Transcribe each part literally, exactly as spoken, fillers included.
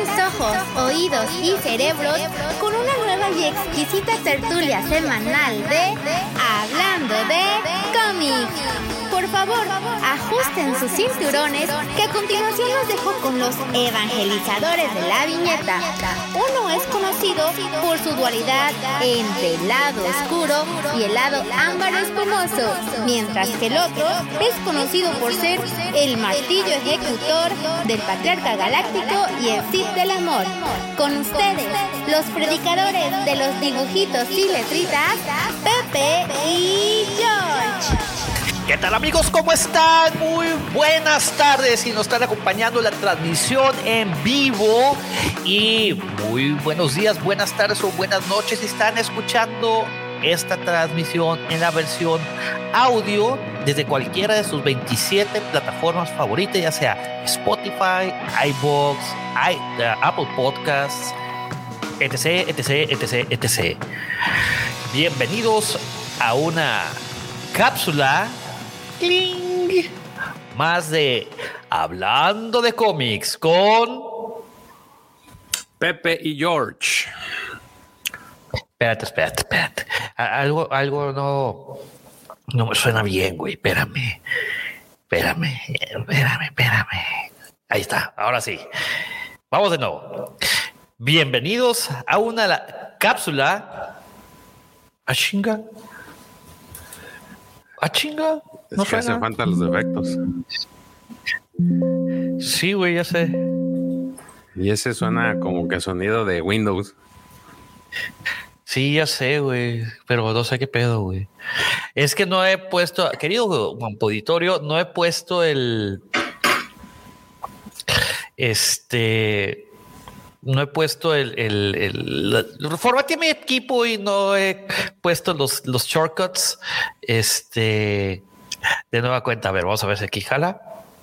ojos, oídos y cerebros con una nueva y exquisita tertulia semanal de Hablando de Cómics. Por favor, ajusten sus cinturones, que a continuación los dejo con los evangelizadores de la viñeta. Uno es conocido por su dualidad entre el lado oscuro y el lado ámbar espumoso, mientras que el otro es conocido por ser el martillo ejecutor del patriarca galáctico y el Sith del amor. Con ustedes, los predicadores de los dibujitos y letritas, Pepe y George. ¿Qué tal, amigos? ¿Cómo están? Muy buenas tardes y nos están acompañando en la transmisión en vivo. Y muy buenos días, buenas tardes o buenas noches si están escuchando esta transmisión en la versión audio desde cualquiera de sus veintisiete plataformas favoritas, ya sea Spotify, iVoox, i, uh, Apple Podcasts, etc, etc, etc, etc. Bienvenidos a una cápsula ¡cling! Más de Hablando de Cómics con Pepe y George. Espérate, espérate, espérate. Algo, algo no, no me suena bien, güey. Espérame, espérame, espérame, espérame. Ahí está, ahora sí. Vamos de nuevo. Bienvenidos a una la, cápsula. ¿A chinga? ¿A chinga? No es que hace falta los efectos. Sí, güey, ya sé. Y ese suena como que sonido de Windows. Sí, ya sé, güey, pero no sé qué pedo, güey. Es que no he puesto, querido auditorio, no he puesto el, este, no he puesto el, el, el, formateé mi equipo y no he puesto los, los shortcuts, este, de nueva cuenta. A ver, vamos a ver si aquí jala.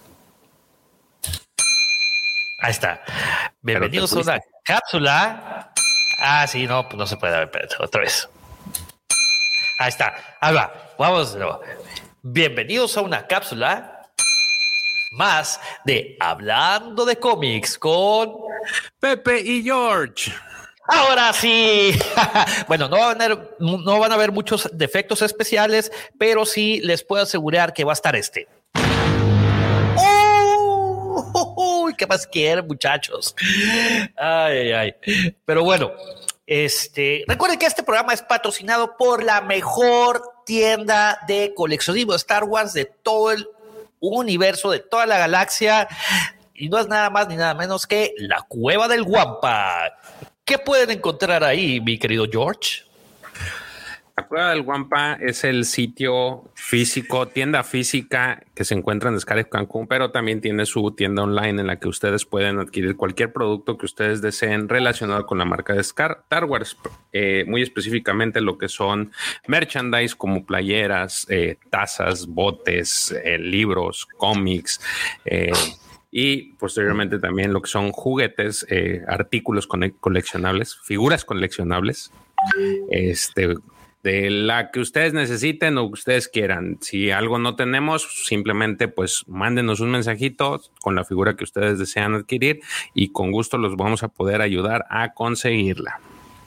Ahí está. Bienvenidos a una cápsula. Ah, sí, no, pues no se puede. A ver, espérate, otra vez. Ahí está. Ahí va. Vamos de nuevo. Bienvenidos a una cápsula más de Hablando de Cómics con Pepe y George. Ahora sí. Bueno, no van, a haber, no van a haber muchos defectos especiales, pero sí les puedo asegurar que va a estar este. Uy, ¿qué más quieren, muchachos? Ay, ay, ay. Pero bueno, este, recuerden que este programa es patrocinado por la mejor tienda de coleccionismo de Star Wars de todo el universo, de toda la galaxia. Y no es nada más ni nada menos que la Cueva del Wampa. ¿Qué pueden encontrar ahí, mi querido George? La Cueva del Wampa es el sitio físico, tienda física que se encuentra en Xcaret Cancún, pero también tiene su tienda online en la que ustedes pueden adquirir cualquier producto que ustedes deseen relacionado con la marca de Star Wars, eh, muy específicamente lo que son merchandise como playeras, eh, tazas, botes, eh, libros, cómics, eh, y posteriormente también lo que son juguetes, eh, artículos coleccionables, figuras coleccionables, este... de la que ustedes necesiten o que ustedes quieran. Si algo no tenemos, simplemente pues mándenos un mensajito con la figura que ustedes desean adquirir y con gusto los vamos a poder ayudar a conseguirla.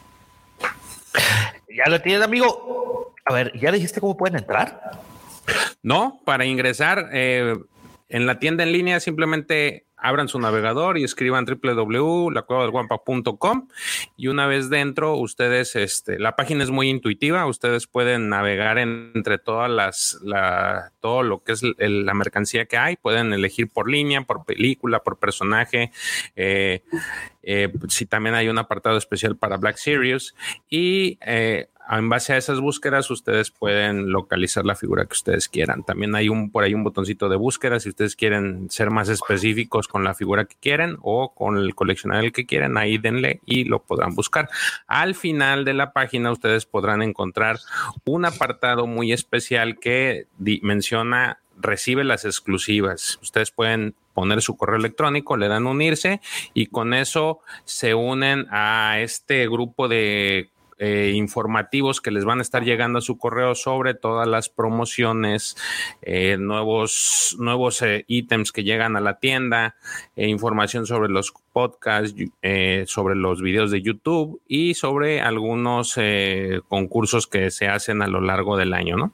Ya lo tienen, amigo. A ver, ¿ya dijiste cómo pueden entrar? No, para ingresar eh, en la tienda en línea simplemente abran su navegador y escriban doble u doble u doble u punto la cueva del wampa punto com y una vez dentro ustedes, este, la página es muy intuitiva, ustedes pueden navegar en, entre todas las, la, todo lo que es el, la mercancía que hay, pueden elegir por línea, por película, por personaje, eh, eh, si también hay un apartado especial para Black Series y eh, en base a esas búsquedas ustedes pueden localizar la figura que ustedes quieran. También hay un por ahí un botoncito de búsqueda si ustedes quieren ser más específicos con la figura que quieren o con el coleccionable que quieren, ahí denle y lo podrán buscar. Al final de la página ustedes podrán encontrar un apartado muy especial que di- menciona recibe las exclusivas. Ustedes pueden poner su correo electrónico, le dan unirse y con eso se unen a este grupo de eh, informativos que les van a estar llegando a su correo sobre todas las promociones, eh, nuevos, nuevos eh, ítems que llegan a la tienda, eh, información sobre los podcasts, eh, sobre los videos de YouTube y sobre algunos eh, concursos que se hacen a lo largo del año, ¿no?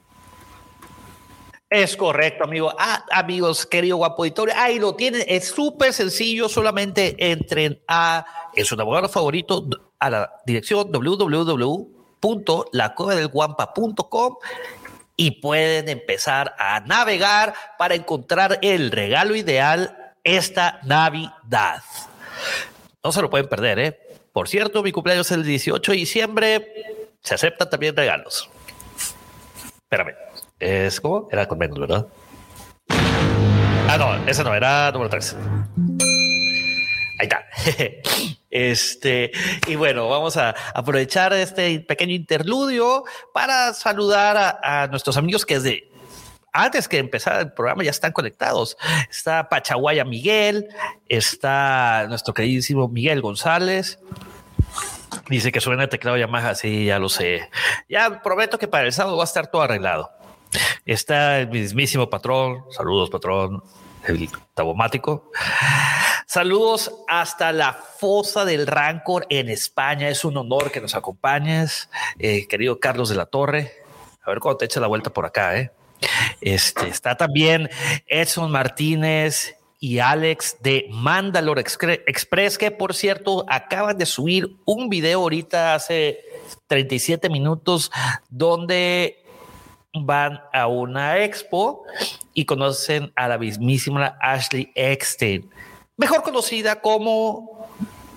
Es correcto, amigo. Ah, amigos, querido Guampa Auditorio, ahí lo tienen. Es súper sencillo. Solamente entren a en su navegador favorito a la dirección doble u doble u doble u punto la cueva del guampa punto com y pueden empezar a navegar para encontrar el regalo ideal esta Navidad. No se lo pueden perder, ¿eh? Por cierto, mi cumpleaños es el dieciocho de diciembre. Se aceptan también regalos. Espérame. Es como era con menos, ¿verdad? Ah, no, esa no, era número tres. Ahí está. Este, y bueno, vamos a aprovechar este pequeño interludio para saludar a, a nuestros amigos que desde antes que empezar el programa ya están conectados. Está Pachaguaya Miguel, está nuestro queridísimo Miguel González. Dice que suena el teclado Yamaha, sí, ya lo sé. Ya prometo que para el sábado va a estar todo arreglado. Está el mismísimo patrón. Saludos, patrón. El tabomático. Saludos hasta la Fosa del Rancor en España. Es un honor que nos acompañes, eh, querido Carlos de la Torre. A ver cuando te echa la vuelta por acá, ¿eh? Este, está también Edson Martínez y Alex de Mandalore Express, que por cierto acaban de subir un video ahorita hace treinta y siete minutos donde van a una expo y conocen a la mismísima Ashley Eckstein, mejor conocida como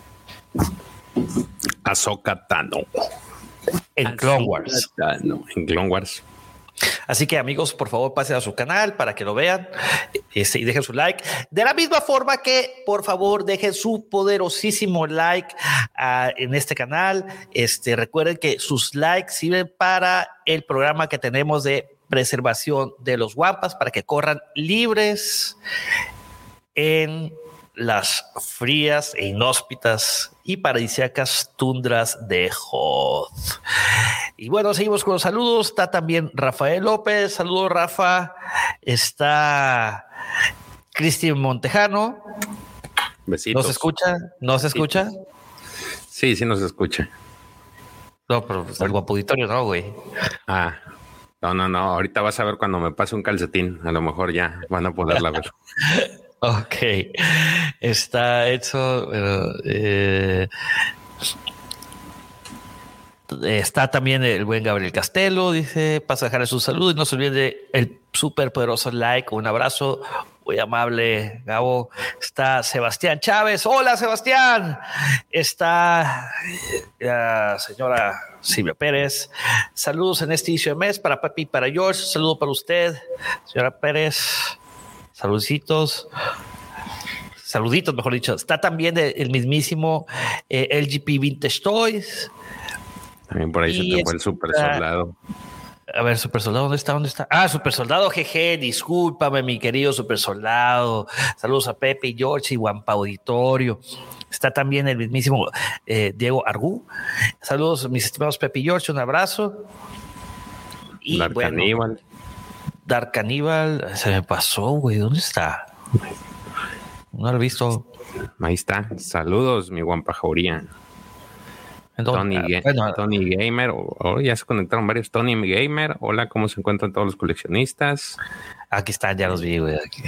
Ahsoka Tano en Clone Wars. Tano, en Clone Wars. Así que amigos, por favor pasen a su canal para que lo vean este, y dejen su like. De la misma forma que por favor dejen su poderosísimo like uh, en este canal. Este, recuerden que sus likes sirven para el programa que tenemos de preservación de los guampas para que corran libres en las frías e inhóspitas y paradisíacas tundras de Hoth. Y bueno, seguimos con los saludos. Está también Rafael López. Saludos, Rafa. Está Cristian Montejano. Besitos. ¿Nos escucha? ¿Nos escucha? Sí, sí nos escucha. No, pero pues, el Guampa Auditorio no, güey. Ah, no, no, no. Ahorita vas a ver cuando me pase un calcetín. A lo mejor ya van a poderla ver. Ok, está hecho. Pero, eh, está también el buen Gabriel Castelo. Dice: pasa a dejar su saludo y no se olvide el súper poderoso like. Un abrazo muy amable, Gabo. Está Sebastián Chávez. Hola, Sebastián. Está la señora Silvia Pérez. Saludos en este inicio de mes para Papi y para George. Saludo para usted, señora Pérez. Saluditos, saluditos, mejor dicho. Está también el, el mismísimo eh, L G P Vintage Toys. También por ahí y se te fue el super soldado. A ver, super soldado, ¿dónde está? ¿Dónde está? Ah, super soldado G G, discúlpame, mi querido super soldado. Saludos a Pepe y George y Guampa Auditorio. Está también el mismísimo eh, Diego Argú. Saludos, mis estimados Pepe y George, un abrazo. Y Dark bueno, Caníbal. Dark Caníbal, se me pasó, güey. ¿Dónde está? No lo he visto. Ahí está. Saludos, mi Guampa Jauría. Tony, ah, Ga- bueno, Tony Gamer. Oh, oh, ya se conectaron varios. Tony Gamer. Hola, ¿cómo se encuentran todos los coleccionistas? Aquí están, ya los vi, güey. Aquí.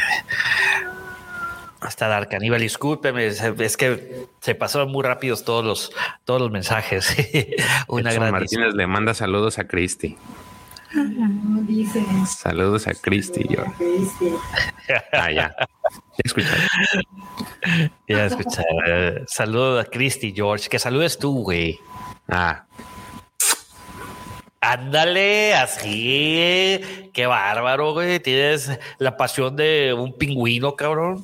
Está Dark Caníbal, discúlpeme, es que se pasaron muy rápidos todos los, todos los mensajes. Una gran Martínez le manda saludos a Cristi. No, dice. Saludos a Cristi. Yo. Ah, ya. Escucha. Ya escuché. Saludos a Cristi, George. Que saludes tú, güey. Ah. Ándale, así. Qué bárbaro, güey. Tienes la pasión de un pingüino, cabrón.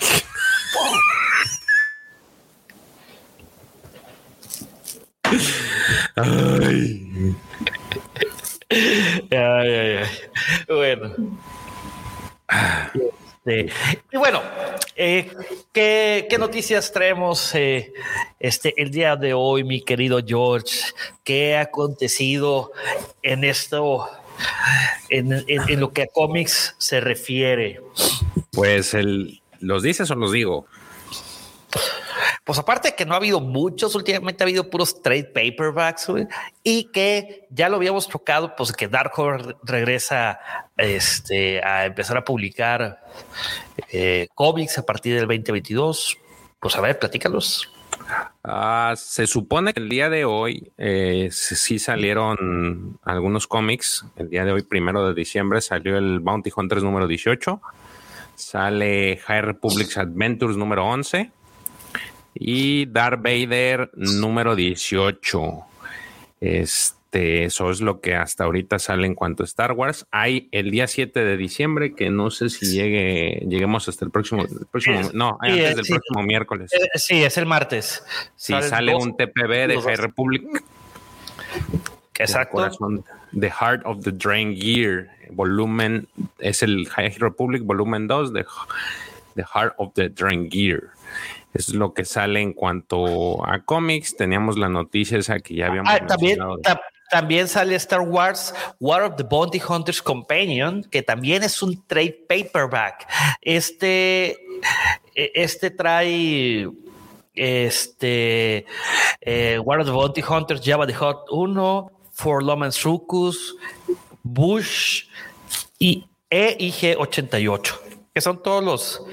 Ay. Ay, ay, ay. Bueno. Este, y bueno, eh, ¿qué, ¿qué noticias traemos eh, este, el día de hoy, mi querido George? ¿Qué ha acontecido en esto, en, en, en lo que a cómics se refiere? Pues el, ¿los dices o los digo? Pues aparte de que no ha habido muchos, últimamente ha habido puros trade paperbacks, güey, y que ya lo habíamos tocado, pues que Dark Horse regresa este, a empezar a publicar eh, cómics a partir del veinte veintidós. Pues a ver, platícalos. Uh, se supone que el día de hoy eh, sí salieron algunos cómics. El día de hoy, primero de diciembre, salió el Bounty Hunters número dieciocho. Sale High Republic's Adventures número once. Y Darth Vader número dieciocho. Este, eso es lo que hasta ahorita sale en cuanto a Star Wars. Hay el día siete de diciembre, que no sé si llegue, lleguemos hasta el próximo, el próximo Sí, no, sí, antes es, del sí. próximo miércoles. Eh, sí, es el martes. Sí, sale dos, un T P B de High Republic. Exacto. Corazón, The Heart of the Drain Gear, volumen, es el High Republic, volumen dos de The Heart of the Drain Gear. Es lo que sale en cuanto a cómics. Teníamos la noticia esa que ya habíamos ah, también, mencionado. ta- también sale Star Wars War of the Bounty Hunters Companion, que también es un trade paperback. Este, este trae este eh, War of the Bounty Hunters, Jabba the Hutt uno, For Loman Sucus, Bush y E I G ochenta y ocho, que son todos los...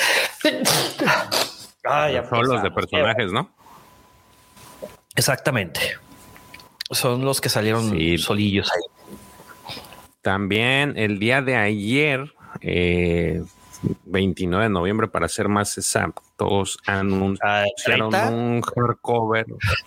Ah, ya Son los de personajes, ¿no? Exactamente. Son los que salieron Sí. solillos ahí. También el día de ayer, eh, veintinueve de noviembre, para ser más exactos, anunciaron ¿treinta? un hardcover.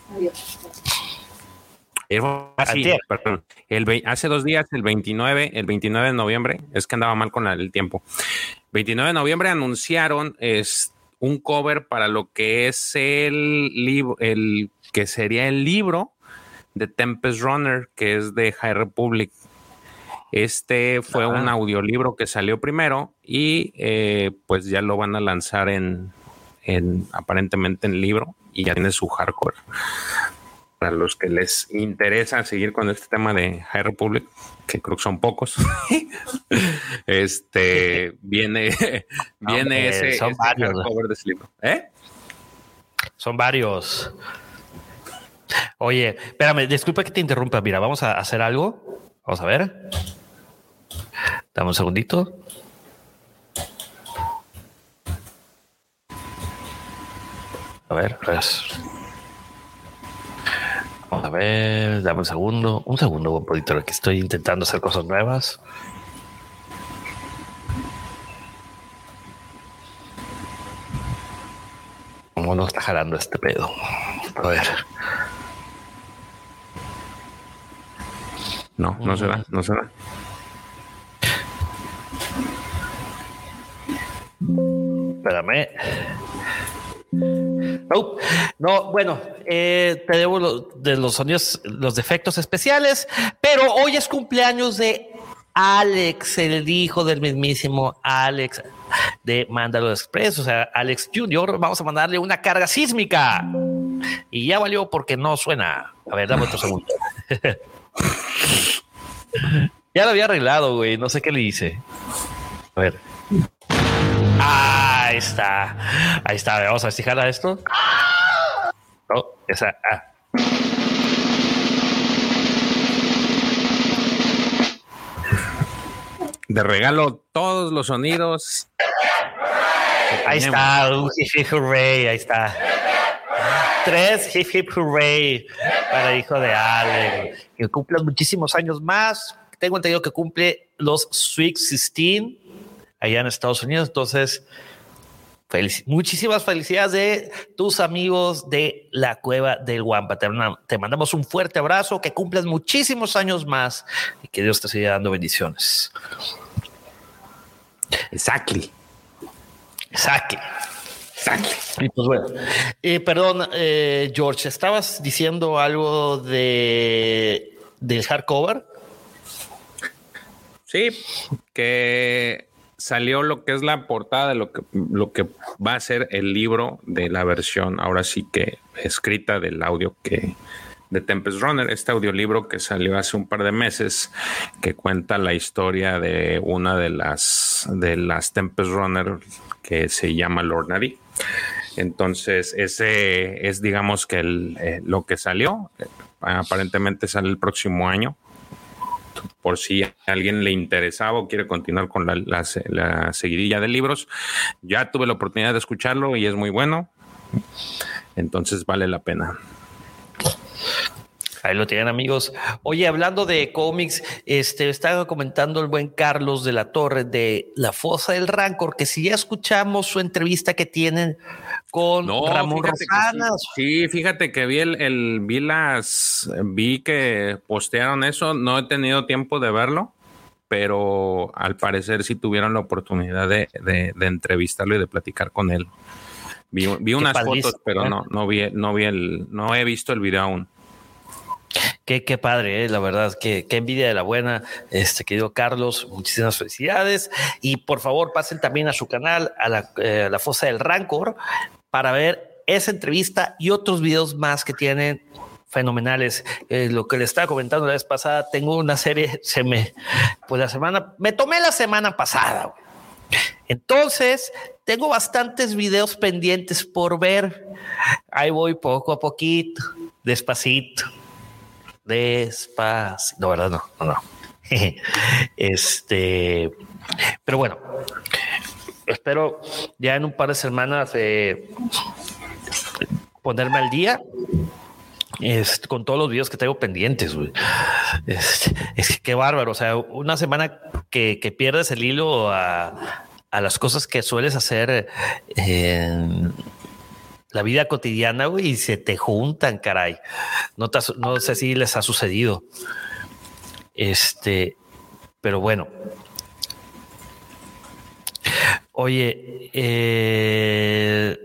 Ah, sí, Antier. perdón. El, ve- hace dos días, el veintinueve, el veintinueve de noviembre, es que andaba mal con la- el tiempo. veintinueve de noviembre anunciaron es, un cover para lo que es el libro, el que sería el libro de Tempest Runner, que es de High Republic. Este fue Ah. un audiolibro que salió primero y eh, pues ya lo van a lanzar en, en aparentemente en libro y ya tiene su hardcore. Para los que les interesa seguir con este tema de High Republic, que creo que son pocos, este viene, viene Hombre, ese, son ese varios. hardcover de ese libro. ¿Eh? Son varios. Oye, espérame, disculpa que te interrumpa. Mira, vamos a hacer algo. Vamos a ver. Dame un segundito. A ver, pues. Vamos a ver, dame un segundo. Un segundo, buen productor, que estoy intentando hacer cosas nuevas. ¿Cómo no está jalando este pedo? A ver. No, no se da, no se da. Espérame. No, no, bueno, eh, tenemos los, de los sonidos, los defectos especiales, pero hoy es cumpleaños de Alex, el hijo del mismísimo Alex de Mandalore Express, o sea, Alex junior Vamos a mandarle una carga sísmica y ya valió porque no suena. A ver, dame otro segundo. Ya lo había arreglado, güey. No sé qué le hice. A ver. Ah, ahí está. Ahí está. Vamos a ver si jala esto. No, esa. Ah. De regalo todos los sonidos. Ahí está. Un hip hip hooray. Ahí está. Tres hip hip hooray para el hijo de Ale. Que cumpla muchísimos años más. Tengo entendido que cumple los Sweet dieciséis allá en Estados Unidos. Entonces, felic- muchísimas felicidades de tus amigos de la Cueva del Wampa. Te, te mandamos un fuerte abrazo, que cumplas muchísimos años más y que Dios te siga dando bendiciones. Exactly. Saque. Y pues bueno, eh, perdón, eh, George, estabas diciendo algo de del hardcover. Sí, que salió lo que es la portada de lo que, lo que va a ser el libro de la versión, ahora sí que escrita del audio que de Tempest Runner, este audiolibro que salió hace un par de meses, que cuenta la historia de una de las de las Tempest Runner que se llama Lord Nadi. Entonces, ese es, digamos, que el, eh, lo que salió. Aparentemente sale el próximo año. Por si a alguien le interesaba o quiere continuar con la, la, la seguidilla de libros, ya tuve la oportunidad de escucharlo y es muy bueno. Entonces vale la pena. Ahí lo tienen, amigos. Oye, hablando de cómics, este, estaba comentando el buen Carlos de la Torre de La Fosa del Rancor, que si ya escuchamos su entrevista que tienen con no, Ramón Rosanas. Sí, sí, fíjate que vi el, el vi las vi que postearon eso, no he tenido tiempo de verlo, pero al parecer sí tuvieron la oportunidad de, de, de entrevistarlo y de platicar con él. Vi, vi unas fotos, pero no, no vi, no vi el, no he visto el video aún. Qué, qué padre, eh, la verdad, qué, qué envidia de la buena, este querido Carlos, muchísimas felicidades. Y por favor, pasen también a su canal, a la, eh, la Fosa del Rancor, para ver esa entrevista y otros videos más que tienen fenomenales. Eh, lo que les estaba comentando la vez pasada, tengo una serie, se me, pues la semana, me tomé la semana pasada, güey. Entonces, tengo bastantes videos pendientes por ver. Ahí voy poco a poquito, despacito. Despacio. No, verdad, no, no, no. Este, pero bueno, espero ya en un par de semanas eh, ponerme al día es, con todos los videos que tengo pendientes. Es, es que qué bárbaro. O sea, una semana que, que pierdes el hilo a, a las cosas que sueles hacer en la vida cotidiana, güey, y se te juntan, caray. No, te, no sé si les ha sucedido. Este, pero bueno. Oye, eh,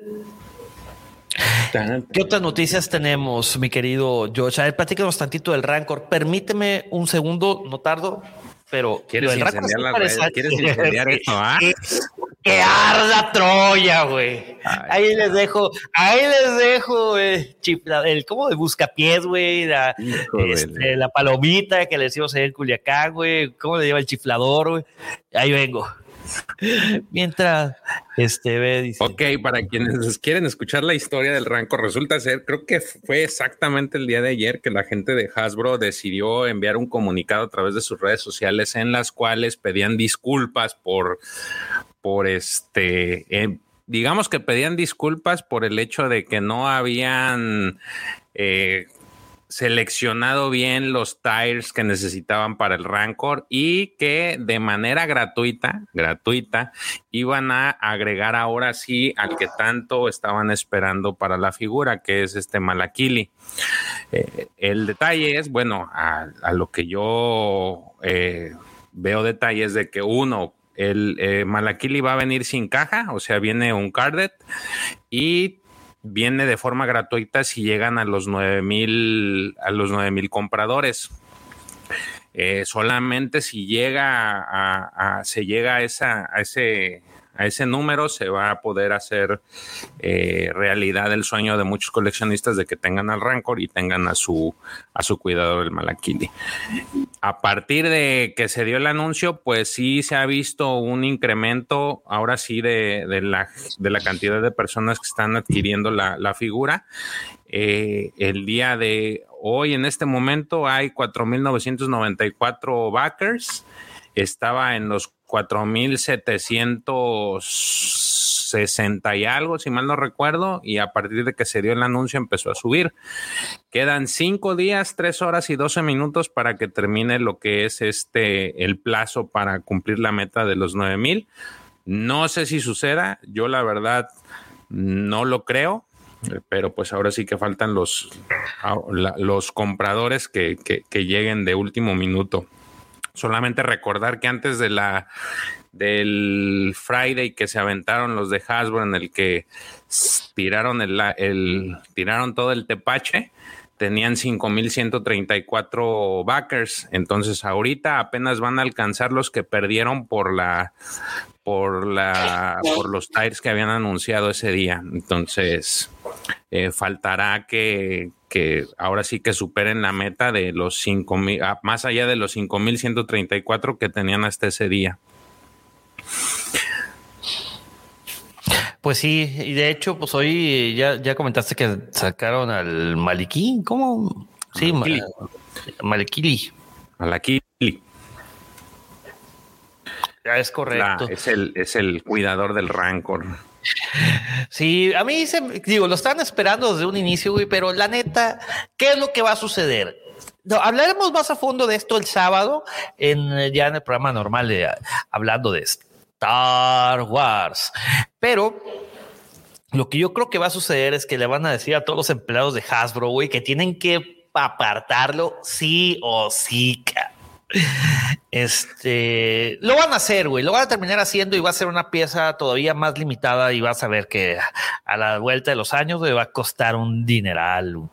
¿qué otras noticias tenemos, mi querido George? A ver, platícanos tantito del Rancor. Permíteme un segundo, no tardo, pero ¿Quieres incendiar la red? ¿Quieres incendiar esto? ¿Ah? Que arda Troya, güey. Ahí les dejo, ahí les dejo, güey. El como de buscapiés, güey. La, este, la palomita que le decimos ahí en Culiacán, güey. ¿Cómo le lleva el chiflador, güey? Ahí vengo. Mientras este ve, dice. Ok, para quienes quieren escuchar la historia del Rancor, resulta ser, creo que fue exactamente el día de ayer que la gente de Hasbro decidió enviar un comunicado a través de sus redes sociales en las cuales pedían disculpas por, por este, eh, digamos que pedían disculpas por el hecho de que no habían eh, seleccionado bien los tires que necesitaban para el Rancor y que de manera gratuita, gratuita, iban a agregar ahora sí al que tanto estaban esperando para la figura, que es este Malakili. Eh, el detalle es, bueno, a, a lo que yo eh, veo detalles de que uno, el eh, Malakili va a venir sin caja, o sea, viene un carded y viene de forma gratuita si llegan a los nueve mil a los nueve mil compradores. Eh, solamente si llega a, a se llega a esa a ese a ese número se va a poder hacer eh, realidad el sueño de muchos coleccionistas de que tengan al Rancor y tengan a su a su cuidador el Malakili. A partir de que se dio el anuncio, pues sí se ha visto un incremento ahora sí de, de, la, de la cantidad de personas que están adquiriendo la, la figura. Eh, el día de hoy, en este momento, hay cuatro mil novecientos noventa y cuatro backers. Estaba en los cuatro mil setecientos sesenta y algo, si mal no recuerdo, y a partir de que se dio el anuncio empezó a subir. Quedan cinco días, tres horas y doce minutos para que termine lo que es este el plazo para cumplir la meta de los nueve mil. No sé si suceda, yo la verdad no lo creo, pero pues ahora sí que faltan los, los compradores que, que, que lleguen de último minuto. Solamente recordar que antes de la del Friday que se aventaron los de Hasbro, en el que tiraron el, el tiraron todo el tepache, tenían cinco mil ciento treinta y cuatro backers. Entonces ahorita apenas van a alcanzar los que perdieron por la por la por los tires que habían anunciado ese día. Entonces eh, faltará que, que ahora sí que superen la meta de los cinco mil, más allá de los cinco mil ciento treinta y cuatro que tenían hasta ese día. Pues sí, y de hecho, pues hoy ya, ya comentaste que sacaron al Maliki, ¿cómo? Sí, Malikili. Malikili. Malikili. Ya es correcto. La, es, el, es el cuidador del Rancor. Sí, a mí se, digo, lo están esperando desde un inicio, güey, pero la neta, ¿qué es lo que va a suceder? No, hablaremos más a fondo de esto el sábado, en, ya en el programa normal, de, hablando de Star Wars. Pero lo que yo creo que va a suceder es que le van a decir a todos los empleados de Hasbro, güey, que tienen que apartarlo sí o sí, cara. Este, lo van a hacer, güey, lo van a terminar haciendo y va a ser una pieza todavía más limitada y vas a ver que a la vuelta de los años le va a costar un dineral.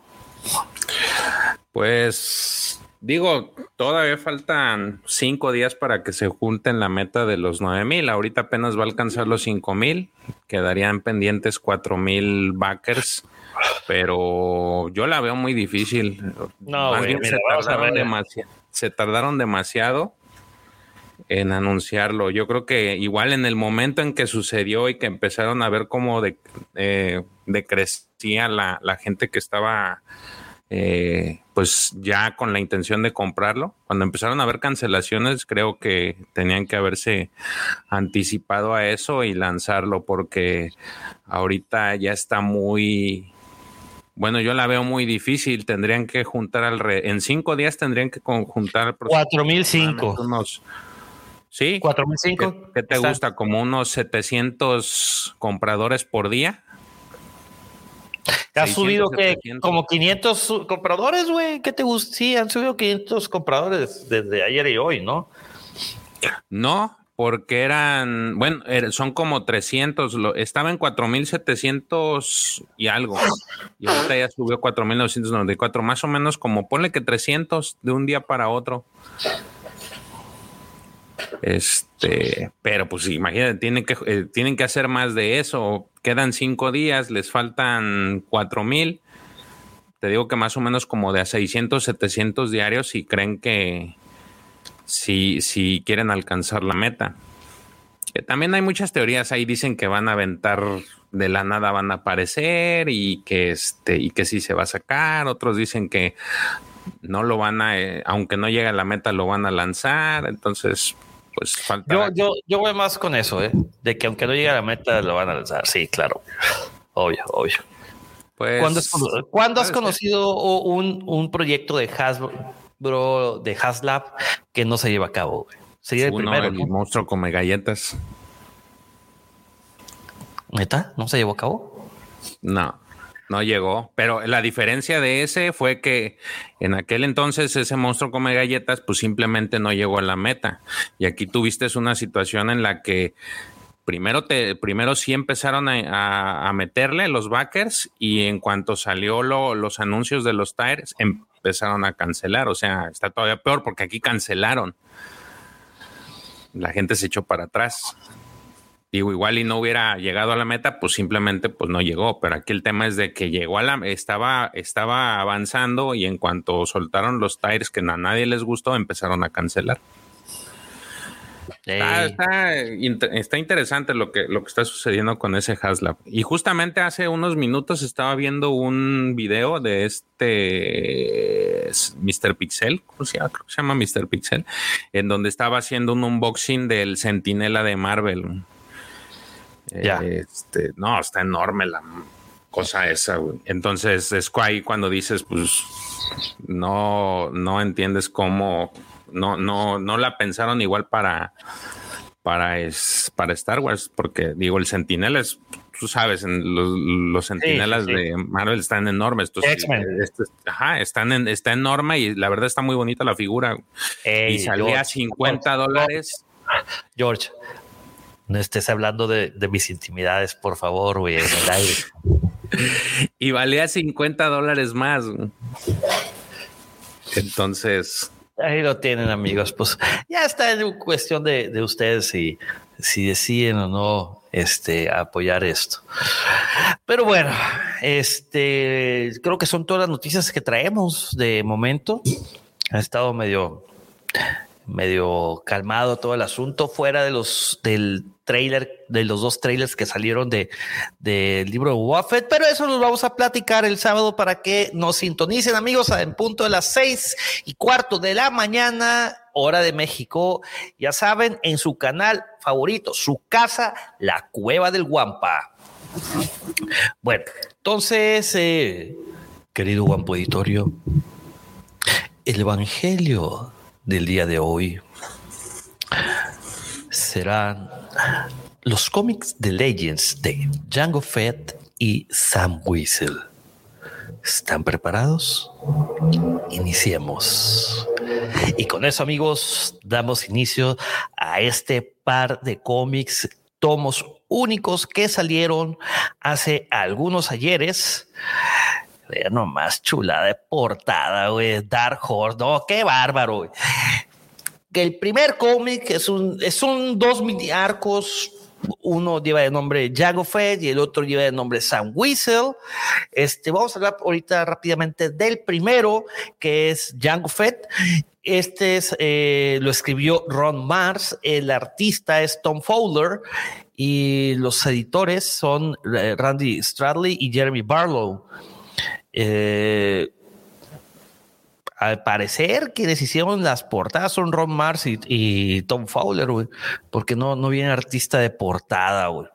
Pues digo, todavía faltan cinco días para que se junten la meta de los nueve mil. Ahorita apenas va a alcanzar los cinco mil. Quedarían pendientes cuatro mil backers. Pero yo la veo muy difícil. No, Más güey, bien mira, se tardaron demasiado. Se tardaron demasiado en anunciarlo. Yo creo que igual en el momento en que sucedió y que empezaron a ver cómo de, eh, decrecía la, la gente que estaba eh, pues ya con la intención de comprarlo, cuando empezaron a haber cancelaciones, creo que tenían que haberse anticipado a eso y lanzarlo, porque ahorita ya está muy... Bueno, yo la veo muy difícil. Tendrían que juntar al re... en cinco días tendrían que juntar cuatro mil cinco. Unos, sí, cuatro mil cinco. ¿Qué, qué te Está. gusta? Como unos setecientos compradores por día. Ha subido que como quinientos compradores, güey. ¿Qué te gusta? Sí, han subido quinientos compradores desde ayer y hoy, ¿no? No. Porque eran, bueno, son como trescientos, lo, estaba en cuatro mil setecientos y algo, y ahorita ya subió a cuatro mil novecientos noventa y cuatro, más o menos como ponle que trescientos de un día para otro. Este, pero pues imagínate, tienen que, eh, tienen que hacer más de eso, quedan cinco días, les faltan cuatro mil, te digo que más o menos como de a seiscientos, setecientos diarios si creen que... Si, si quieren alcanzar la meta. Que también hay muchas teorías ahí, dicen que van a aventar de la nada, van a aparecer y que este y que sí se va a sacar. Otros dicen que no lo van a, eh, aunque no llegue a la meta, lo van a lanzar. Entonces, pues falta. Yo, yo, yo voy más con eso, ¿eh? De que aunque no llegue a la meta, lo van a lanzar. Sí, claro. Obvio, obvio. Pues, ¿Cuándo, es, ¿cuándo has conocido un, un proyecto de Hasbro? Bro, de HasLab que no se lleva a cabo, güey? Sería el Uno, primero, el ¿no? monstruo come galletas. ¿Neta? ¿No se llevó a cabo? No, no llegó. Pero la diferencia de ese fue que en aquel entonces ese monstruo come galletas, pues simplemente no llegó a la meta. Y aquí tuviste una situación en la que primero te, primero sí empezaron a, a, a meterle los backers, y en cuanto salió lo, los anuncios de los tires, em, empezaron a cancelar. O sea, está todavía peor porque aquí cancelaron. La gente se echó para atrás. Digo, igual y no hubiera llegado a la meta, pues simplemente pues no llegó. Pero aquí el tema es de que llegó a la, estaba, estaba avanzando, y en cuanto soltaron los tires que a nadie les gustó, empezaron a cancelar. Está, está, está interesante lo que, lo que está sucediendo con ese HasLab. Y justamente hace unos minutos estaba viendo un video de este mister Pixel, ¿cómo se llama? Creo que se llama mister Pixel, en donde estaba haciendo un unboxing del Centinela de Marvel. Ya. Este, no, está enorme la cosa esa, güey. Entonces es ahí cuando dices, pues no, no entiendes cómo. No, no, no la pensaron igual para, para, es, para Star Wars, porque digo, el Centinela es, tú sabes, en los, los Centinelas sí, sí, sí. de Marvel están enormes. X-Men. Este, ajá, están en, está enorme, y la verdad está muy bonita la figura. Ey, y salía George, a cincuenta dólares. George, no estés hablando de, de mis intimidades, por favor, güey, en el aire. Y valía cincuenta dólares más. Entonces... Ahí lo tienen, amigos. Pues ya está en cuestión de, de ustedes si, si deciden o no este, apoyar esto. Pero bueno, este, creo que son todas las noticias que traemos de momento. Ha estado medio, medio calmado todo el asunto, fuera de los del trailer, de los dos trailers que salieron de del libro de Boba Fett, pero eso los vamos a platicar el sábado para que nos sintonicen, amigos, en punto de las seis y cuarto de la mañana, hora de México, ya saben, en su canal favorito, su casa, La Cueva del Guampa. Bueno, entonces, eh, querido Guampo Editorio, el evangelio del día de hoy serán los cómics de Legends de Jango Fett y Sam Whistle. ¿Están preparados? Iniciemos. Y con eso, amigos, damos inicio a este par de cómics, tomos únicos que salieron hace algunos ayeres. Vean nomás, chulada de portada, güey. Dark Horse, no, qué bárbaro, güey. Que el primer cómic es un, es un dos mini arcos. Uno lleva el nombre Jango Fett y el otro lleva el nombre Sam Whistle. Este, vamos a hablar ahorita rápidamente del primero, que es Jango Fett. Este es, eh, lo escribió Ron Marz, el artista es Tom Fowler y los editores son eh, Randy Stradley y Jeremy Barlow. Eh, al parecer quienes hicieron las portadas son Ron Marz y, y Tom Fowler, güey, porque no, no viene artista de portada, güey.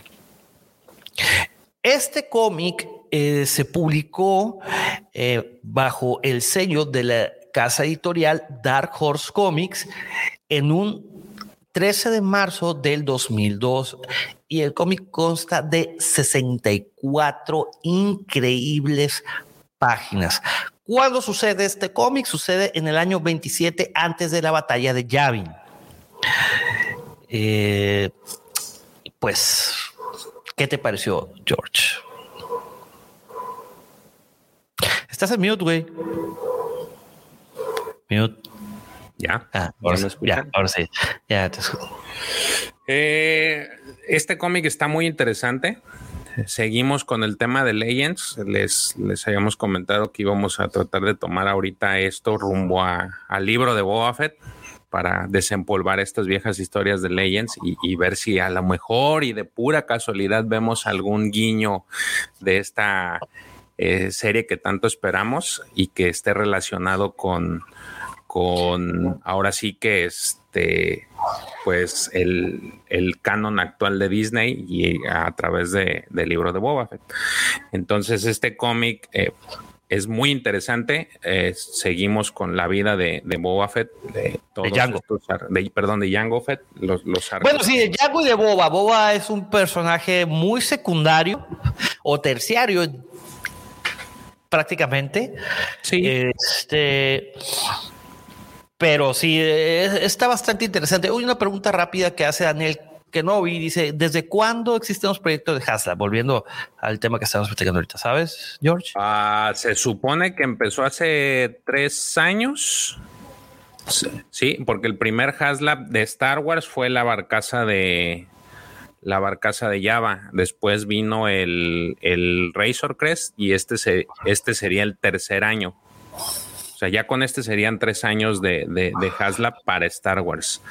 Este cómic eh, se publicó eh, bajo el sello de la casa editorial Dark Horse Comics en un trece de marzo del dos mil dos y el cómic consta de sesenta y cuatro increíbles páginas. ¿Cuándo sucede este cómic? Sucede en el año veintisiete antes de la batalla de Yavin. Eh, pues, ¿qué te pareció, George? Estás en mute, güey. Mute. Ya. Ah, ahora, ¿Ya, sí, ya, ahora sí. Ya te escucho. Eh, este cómic está muy interesante. Seguimos con el tema de Legends. Les, les habíamos comentado que íbamos a tratar de tomar ahorita esto rumbo a, al libro de Boba Fett para desempolvar estas viejas historias de Legends y, y ver si a lo mejor y de pura casualidad vemos algún guiño de esta eh, serie que tanto esperamos y que esté relacionado con, con ahora sí que este pues el, el canon actual de Disney y a través de, del libro de Boba Fett. Entonces este cómic eh, es muy interesante. Eh, seguimos con la vida de, de Boba Fett, de todos de Jango. Estos, de, perdón, de Jango Fett. Los, los bueno, sí, de Jango y de Boba. Boba es un personaje muy secundario o terciario prácticamente. Sí. Este... Pero sí, está bastante interesante. Hoy una pregunta rápida que hace Daniel Kenobi. Dice, ¿desde cuándo existen los proyectos de Haslam? Volviendo al tema que estamos platicando ahorita, ¿sabes, George? Uh, se supone que empezó hace tres años. Sí, porque el primer HasLab de Star Wars fue la barcaza de la barcaza de Java. Después vino el, el Razor Crest y este, se, este sería el tercer año. O sea, ya con este serían tres años de, de, de HasLab para Star Wars.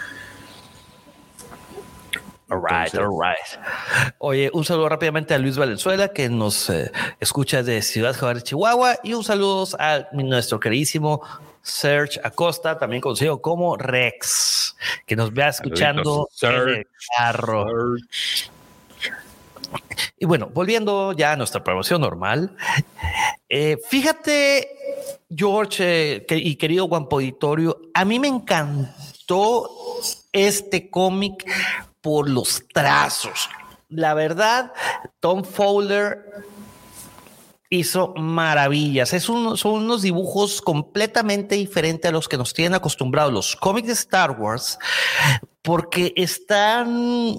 All right, all right. Oye, un saludo rápidamente a Luis Valenzuela, que nos eh, escucha de Ciudad Juárez, Chihuahua, y un saludo a nuestro queridísimo Serge Acosta, también conocido como Rex, que nos vea escuchando en el carro. Serge. Y bueno, volviendo ya a nuestra programación normal, eh, fíjate, George eh, que, y querido Guampo Editorio, a mí me encantó este cómic por los trazos. La verdad, Tom Fowler hizo maravillas. Es un, son unos dibujos completamente diferentes a los que nos tienen acostumbrados los cómics de Star Wars, porque están...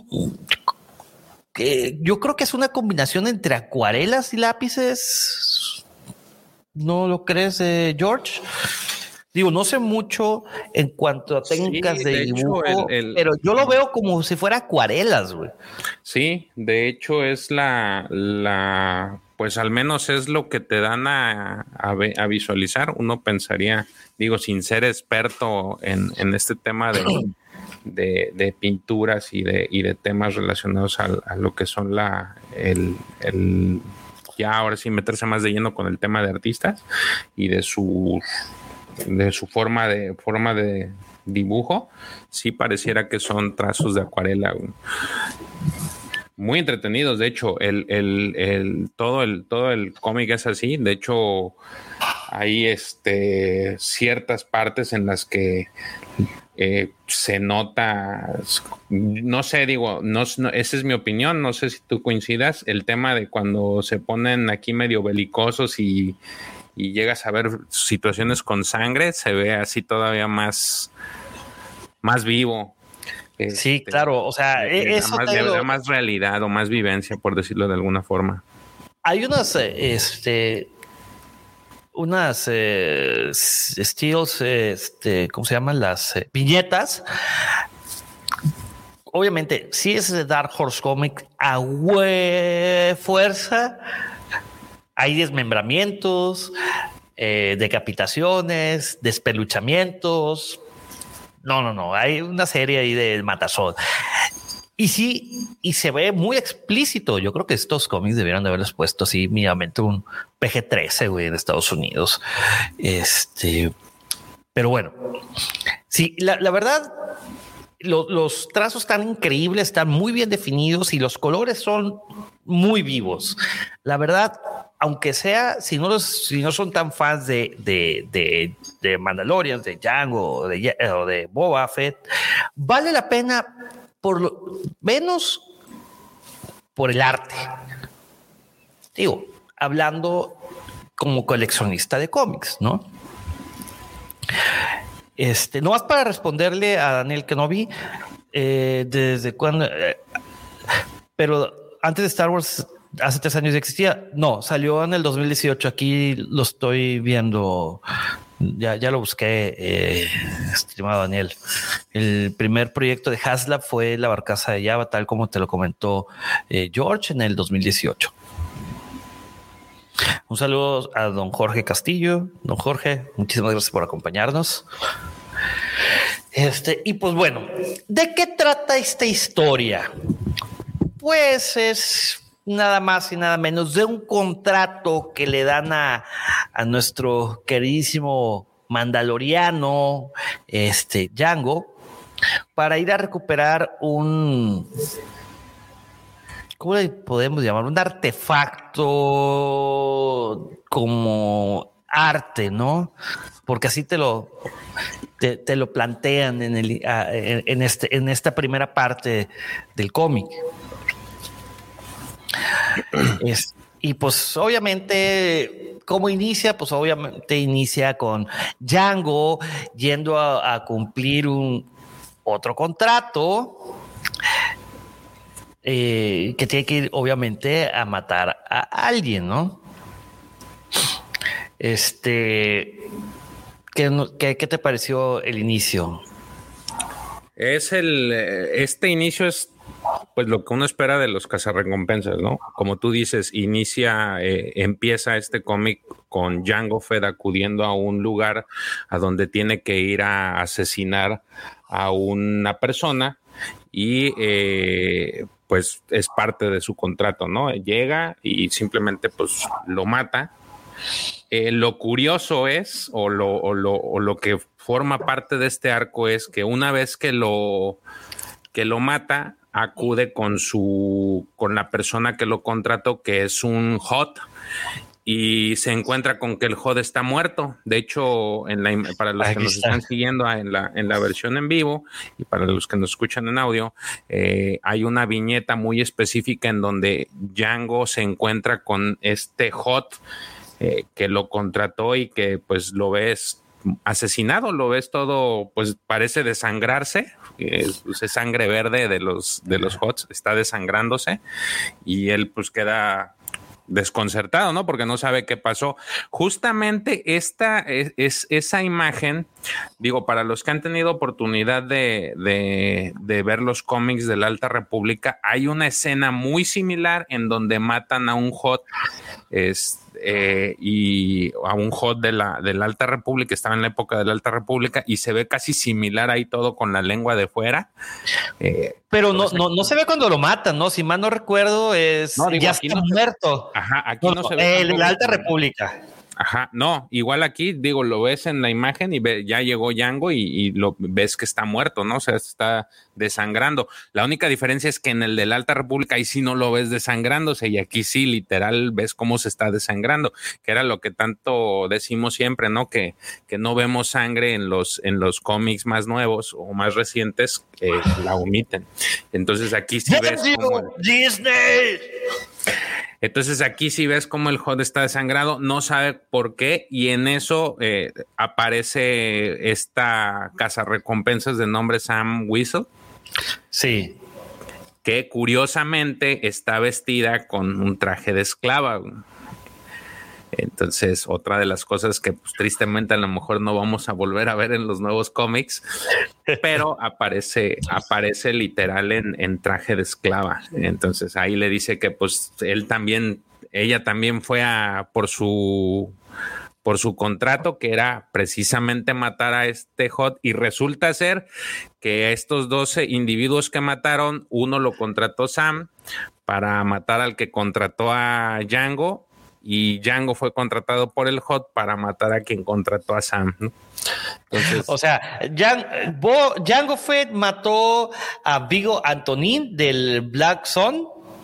Eh, yo creo que es una combinación entre acuarelas y lápices. ¿No lo crees, eh, George? Digo, no sé mucho en cuanto a técnicas sí, de, de dibujo, hecho, el, el, pero yo lo veo como si fuera acuarelas, güey. Sí, de hecho es la, la, pues al menos es lo que te dan a, a, a visualizar. Uno pensaría, digo, sin ser experto en, en este tema de, de, de pinturas y de, y de temas relacionados a, a lo que son la, el, el, ya ahora sí meterse más de lleno con el tema de artistas y de sus de su forma de forma de dibujo, sí pareciera que son trazos de acuarela muy entretenidos. De hecho, el, el, el todo el todo el cómic es así. De hecho, hay este ciertas partes en las que eh, se nota, no sé, digo, no, no, esa es mi opinión, no sé si tú coincidas, el tema de cuando se ponen aquí medio belicosos y y llegas a ver situaciones con sangre, se ve así todavía más, más vivo. Sí, este, claro, o sea, le, le eso da más, te le lo... da más realidad o más vivencia, por decirlo de alguna forma. Hay unas, este, unas eh, steels, este, ¿cómo se llaman? Las eh, viñetas. Obviamente, si es de Dark Horse Comics a hue fuerza, hay desmembramientos, eh, decapitaciones, despeluchamientos. No, no, no. Hay una serie ahí de matazón. Y sí, y se ve muy explícito. Yo creo que estos cómics debieran de haberles puesto así mínimamente un P G trece, güey, en Estados Unidos. Este, pero bueno, sí, la, la verdad, lo, los trazos están increíbles, están muy bien definidos y los colores son muy vivos. La verdad, aunque sea, si no, los, si no son tan fans de, de, de, de Mandalorian, de Django o de, o de Boba Fett, vale la pena por lo menos por el arte. Digo, hablando como coleccionista de cómics, ¿no? Este, no más para responderle a Daniel Kenobi, eh, desde cuando, eh, pero antes de Star Wars, hace tres años existía. No, salió en el dos mil dieciocho. Aquí lo estoy viendo. Ya, ya lo busqué, eh, estimado Daniel. El primer proyecto de HasLab fue La Barcaza de Java, tal como te lo comentó eh, George en el dos mil dieciocho. Un saludo a don Jorge Castillo. Don Jorge, muchísimas gracias por acompañarnos. Este, y pues bueno, ¿de qué trata esta historia? Pues es nada más y nada menos de un contrato que le dan a, a nuestro queridísimo mandaloriano, este Django, para ir a recuperar un, ¿cómo le podemos llamar? Un artefacto como arte, ¿no? Porque así te lo, te, te lo plantean en, el, en, este, en esta primera parte del cómic. Es, y pues obviamente, ¿cómo inicia? Pues obviamente inicia con Django yendo a, a cumplir un otro contrato eh, que tiene que ir obviamente a matar a alguien, ¿no? Este, ¿qué, qué, qué te pareció el inicio? Es el, este inicio es pues lo que uno espera de los cazarrecompensas, ¿no? Como tú dices, inicia, eh, empieza este cómic con Django Fett acudiendo a un lugar a donde tiene que ir a asesinar a una persona y eh, pues es parte de su contrato, ¿no? Llega y simplemente pues lo mata. Eh, lo curioso es, o lo, o, lo, o lo que forma parte de este arco es que una vez que lo, que lo mata, acude con su con la persona que lo contrató, que es un H O T, y se encuentra con que el H O T está muerto. De hecho, en la, para los Aquí que nos está. están siguiendo en la, en la versión en vivo y para los que nos escuchan en audio, eh, hay una viñeta muy específica en donde Django se encuentra con este H O T eh, que lo contrató y que pues lo ves asesinado, lo ves todo, pues parece desangrarse, es, es sangre verde de los, de los H O Ts, está desangrándose y él pues queda desconcertado, ¿no? Porque no sabe qué pasó. Justamente esta es, es esa imagen, digo, para los que han tenido oportunidad de, de, de ver los cómics de la Alta República, hay una escena muy similar en donde matan a un Hot es, eh, y a un Hot de la, de la Alta República, estaba en la época de la Alta República, y se ve casi similar ahí todo con la lengua de fuera. Eh, Pero no, no, no se ve cuando lo matan, ¿no? Si mal no recuerdo, es no, digo, ya está no muerto. Se... Ajá, aquí no, no se ve. ve. En la Alta República. Ajá, no, igual aquí, digo, lo ves en la imagen y ve, ya llegó Django y, y lo ves que está muerto, ¿no? O sea, está desangrando. La única diferencia es que en el de la Alta República ahí sí no lo ves desangrándose y aquí sí, literal, ves cómo se está desangrando, que era lo que tanto decimos siempre, ¿no? Que, que no vemos sangre en los, en los cómics más nuevos o más recientes, que la omiten. Entonces aquí sí ves como... Disney. Entonces aquí sí ves cómo el Hot está desangrado, no sabe por qué, y en eso eh, aparece esta cazarrecompensas de nombre Sam Whistle. Sí. Que curiosamente está vestida con un traje de esclava. Entonces, otra de las cosas que pues, tristemente a lo mejor no vamos a volver a ver en los nuevos cómics, pero aparece, aparece literal en, en traje de esclava. Entonces ahí le dice que pues él también, ella también fue a por su por su contrato, que era precisamente matar a este Hot, y resulta ser que estos doce individuos que mataron, uno lo contrató Sam para matar al que contrató a Django, y Django fue contratado por el Hot para matar a quien contrató a Sam, ¿no? Entonces, o sea, Django Fett mató a Vigo Antonin del Black Sun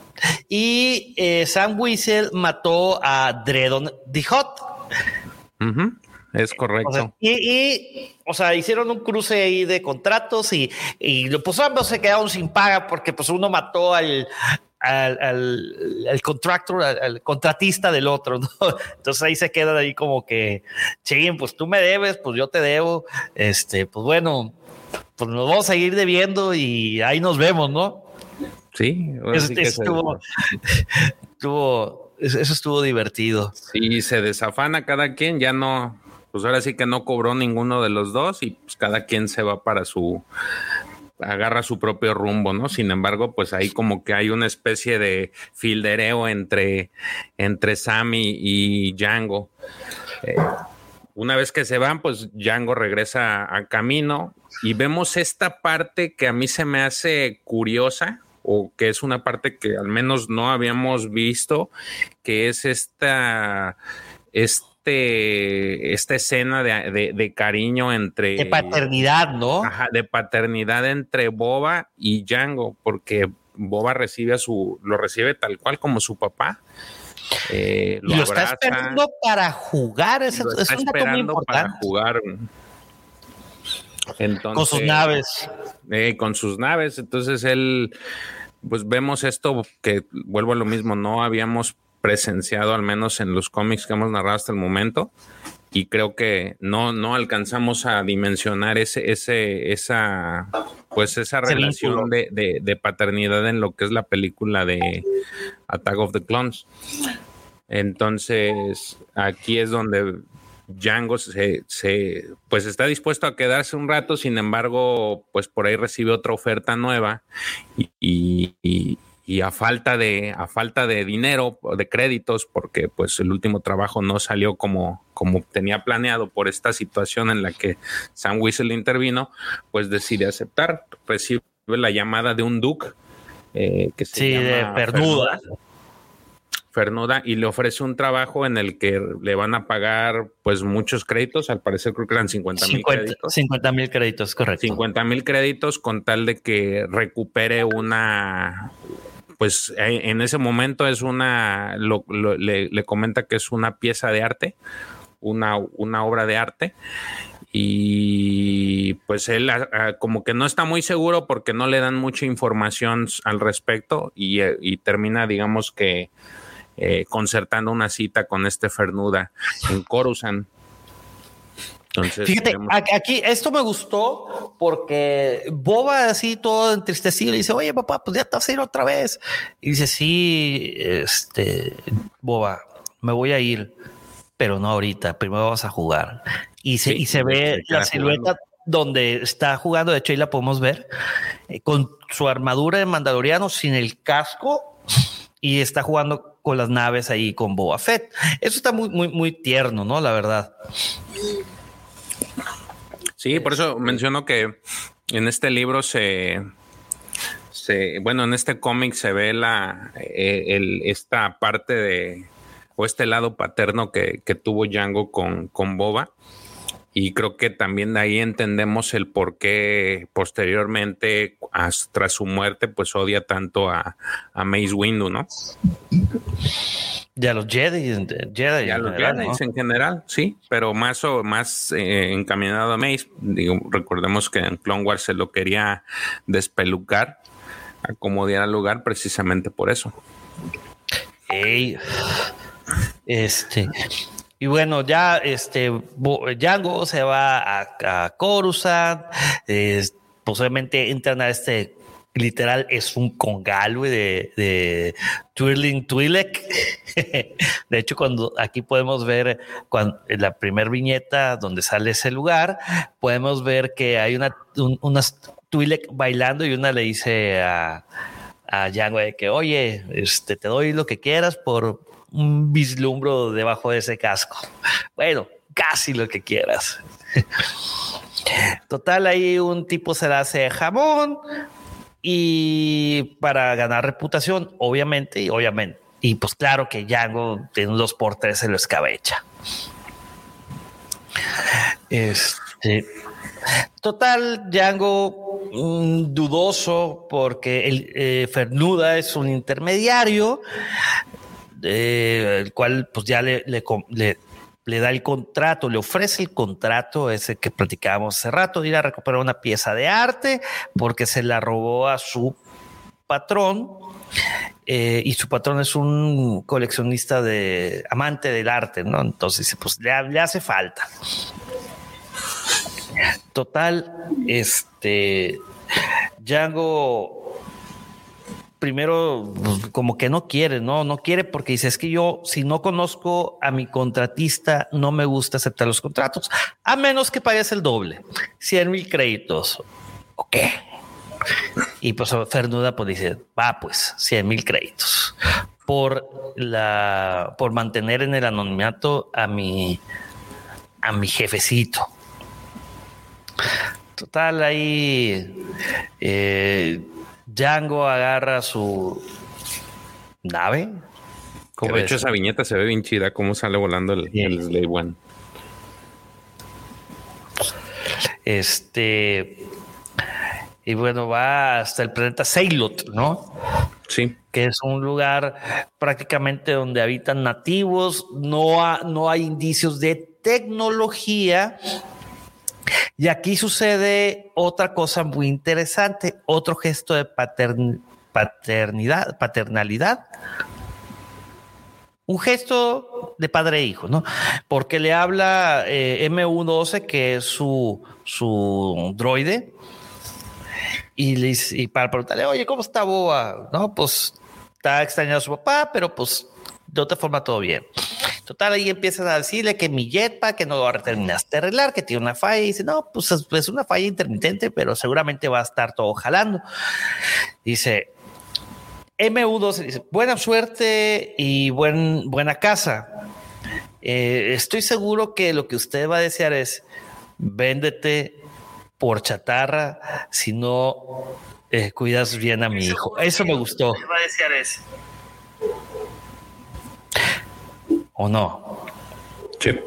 y eh, Sam Whistle mató a Dredon the Hot. Uh-huh. Es correcto. O sea, y, y, o sea, hicieron un cruce ahí de contratos y, y pues ambos se quedaron sin paga porque pues uno mató al Al, al, al contractor, al, al contratista del otro, ¿no? Entonces ahí se quedan ahí como que, ching, pues tú me debes, pues yo te debo, este, pues bueno, pues nos vamos a seguir debiendo y ahí nos vemos, ¿no? Sí, eso, sí eso estuvo, estuvo, eso estuvo divertido. Sí, se desafana cada quien, ya no, pues ahora sí que no cobró ninguno de los dos y pues cada quien se va para su... agarra su propio rumbo, ¿no? Sin embargo, pues ahí como que hay una especie de fildereo entre, entre Sammy y Django. Eh, una vez que se van, pues Django regresa a camino y vemos esta parte que a mí se me hace curiosa, o que es una parte que al menos no habíamos visto, que es esta... esta Este, esta escena de, de, de cariño entre... De paternidad, ¿no? Ajá, de paternidad entre Boba y Django, porque Boba recibe a su... lo recibe tal cual como su papá. Eh, lo y lo abraza, está esperando para jugar. Es, lo es está un esperando para jugar. Entonces, con sus naves. Eh, con sus naves. Entonces él... Pues vemos esto que, vuelvo a lo mismo, no habíamos presenciado, al menos en los cómics que hemos narrado hasta el momento, y creo que no, no alcanzamos a dimensionar ese, ese, esa, pues esa ese relación de, de, de paternidad en lo que es la película de Attack of the Clones. Entonces, aquí es donde Django se, se, pues está dispuesto a quedarse un rato, sin embargo, pues por ahí recibe otra oferta nueva y, y, y Y a falta de a falta de dinero, de créditos, porque pues el último trabajo no salió como, como tenía planeado por esta situación en la que Sam Whistle intervino, pues decide aceptar. Recibe la llamada de un duque eh, que se sí, llama de Pernuda. Fernuda, y le ofrece un trabajo en el que le van a pagar pues muchos créditos, al parecer creo que eran cincuenta mil créditos. cincuenta mil créditos, correcto. cincuenta mil créditos con tal de que recupere una... Pues en ese momento es una, lo, lo, le, le comenta que es una pieza de arte, una, una obra de arte, y pues él a, a, como que no está muy seguro porque no le dan mucha información al respecto y, y termina, digamos que, eh, concertando una cita con este Fernuda en Coruscant. Entonces, fíjate, tenemos... aquí esto me gustó porque Boba así todo entristecido le dice, oye papá, pues ya te vas a ir otra vez. Y dice, sí, este, Boba, me voy a ir, pero no ahorita, primero vas a jugar. Y se, sí, y se ve la silueta jugando. Donde está jugando, de hecho ahí la podemos ver, eh, con su armadura de mandaloriano sin el casco y está jugando con las naves ahí con Boba Fett. Eso está muy, muy, muy tierno, ¿no? La verdad. Sí, por eso menciono que en este libro se, se bueno, en este cómic se ve la eh, el, esta parte de o este lado paterno que, que tuvo Jango con, con Boba, y creo que también de ahí entendemos el por qué posteriormente, tras su muerte, pues odia tanto a, a Mace Windu, ¿no? Ya los Jedi, Jedi ya en los general, Jedi ¿no? en general, sí, pero más o más eh, encaminado a Mace. Digo, recordemos que en Clone Wars se lo quería despelucar, acomodar al lugar precisamente por eso. Ey, este, y bueno, ya este Jango se va a, a Coruscant, eh, posiblemente entran a este. Literal es un congal, güey, de, de Twirling Twi'lek. De hecho, cuando aquí podemos ver cuando, en la primer viñeta donde sale ese lugar, podemos ver que hay una, un, unas Twi'lek bailando y una le dice a, a Jango de que, oye, este, te doy lo que quieras por un vislumbro debajo de ese casco. Bueno, casi lo que quieras. Total, ahí un tipo se la hace jamón. Y para ganar reputación, obviamente, y obviamente, y pues claro que Jango en un dos por tres se lo escabecha. Este, total, Jango mmm, dudoso porque el eh, Fernuda es un intermediario, eh, el cual pues ya le, le, le le da el contrato, le ofrece el contrato ese que platicábamos hace rato, de ir a recuperar una pieza de arte porque se la robó a su patrón, eh, y su patrón es un coleccionista de amante del arte, ¿no? Entonces, pues le, le hace falta. Total, este Jango primero como que no quiere, no, no quiere porque dice, es que yo si no conozco a mi contratista no me gusta aceptar los contratos, a menos que pagues el doble, cien mil créditos. Ok. Y pues Fernuda pues dice, va pues, cien mil créditos por la, por mantener en el anonimato a mi, a mi jefecito. Total, ahí eh, Jango agarra su nave. Como de hecho, esa viñeta se ve bien chida, cómo sale volando el, sí. el Slave One. Este, y bueno, va hasta el planeta Seilot, ¿no? Sí. Que es un lugar prácticamente donde habitan nativos, no, ha, no hay indicios de tecnología. Y aquí sucede otra cosa muy interesante, otro gesto de patern, paternidad, paternalidad. Un gesto de padre e hijo, ¿no? Porque le habla eh, eme uno doce, que es su, su droide, y, le, y para preguntarle, oye, ¿cómo está Boba? No, pues está extrañando a su papá, pero pues de otra forma todo bien. Total, ahí empiezan a decirle que mi jetpack, que no lo terminaste de arreglar, que tiene una falla. Y dice, no, pues es, es una falla intermitente, pero seguramente va a estar todo jalando. Dice, eme uno doce dice, buena suerte y buen, buena casa. Eh, estoy seguro que lo que usted va a desear es véndete por chatarra si no eh, cuidas bien a mi hijo. Eso me gustó. Lo que va a desear es... ¿O no? Sí.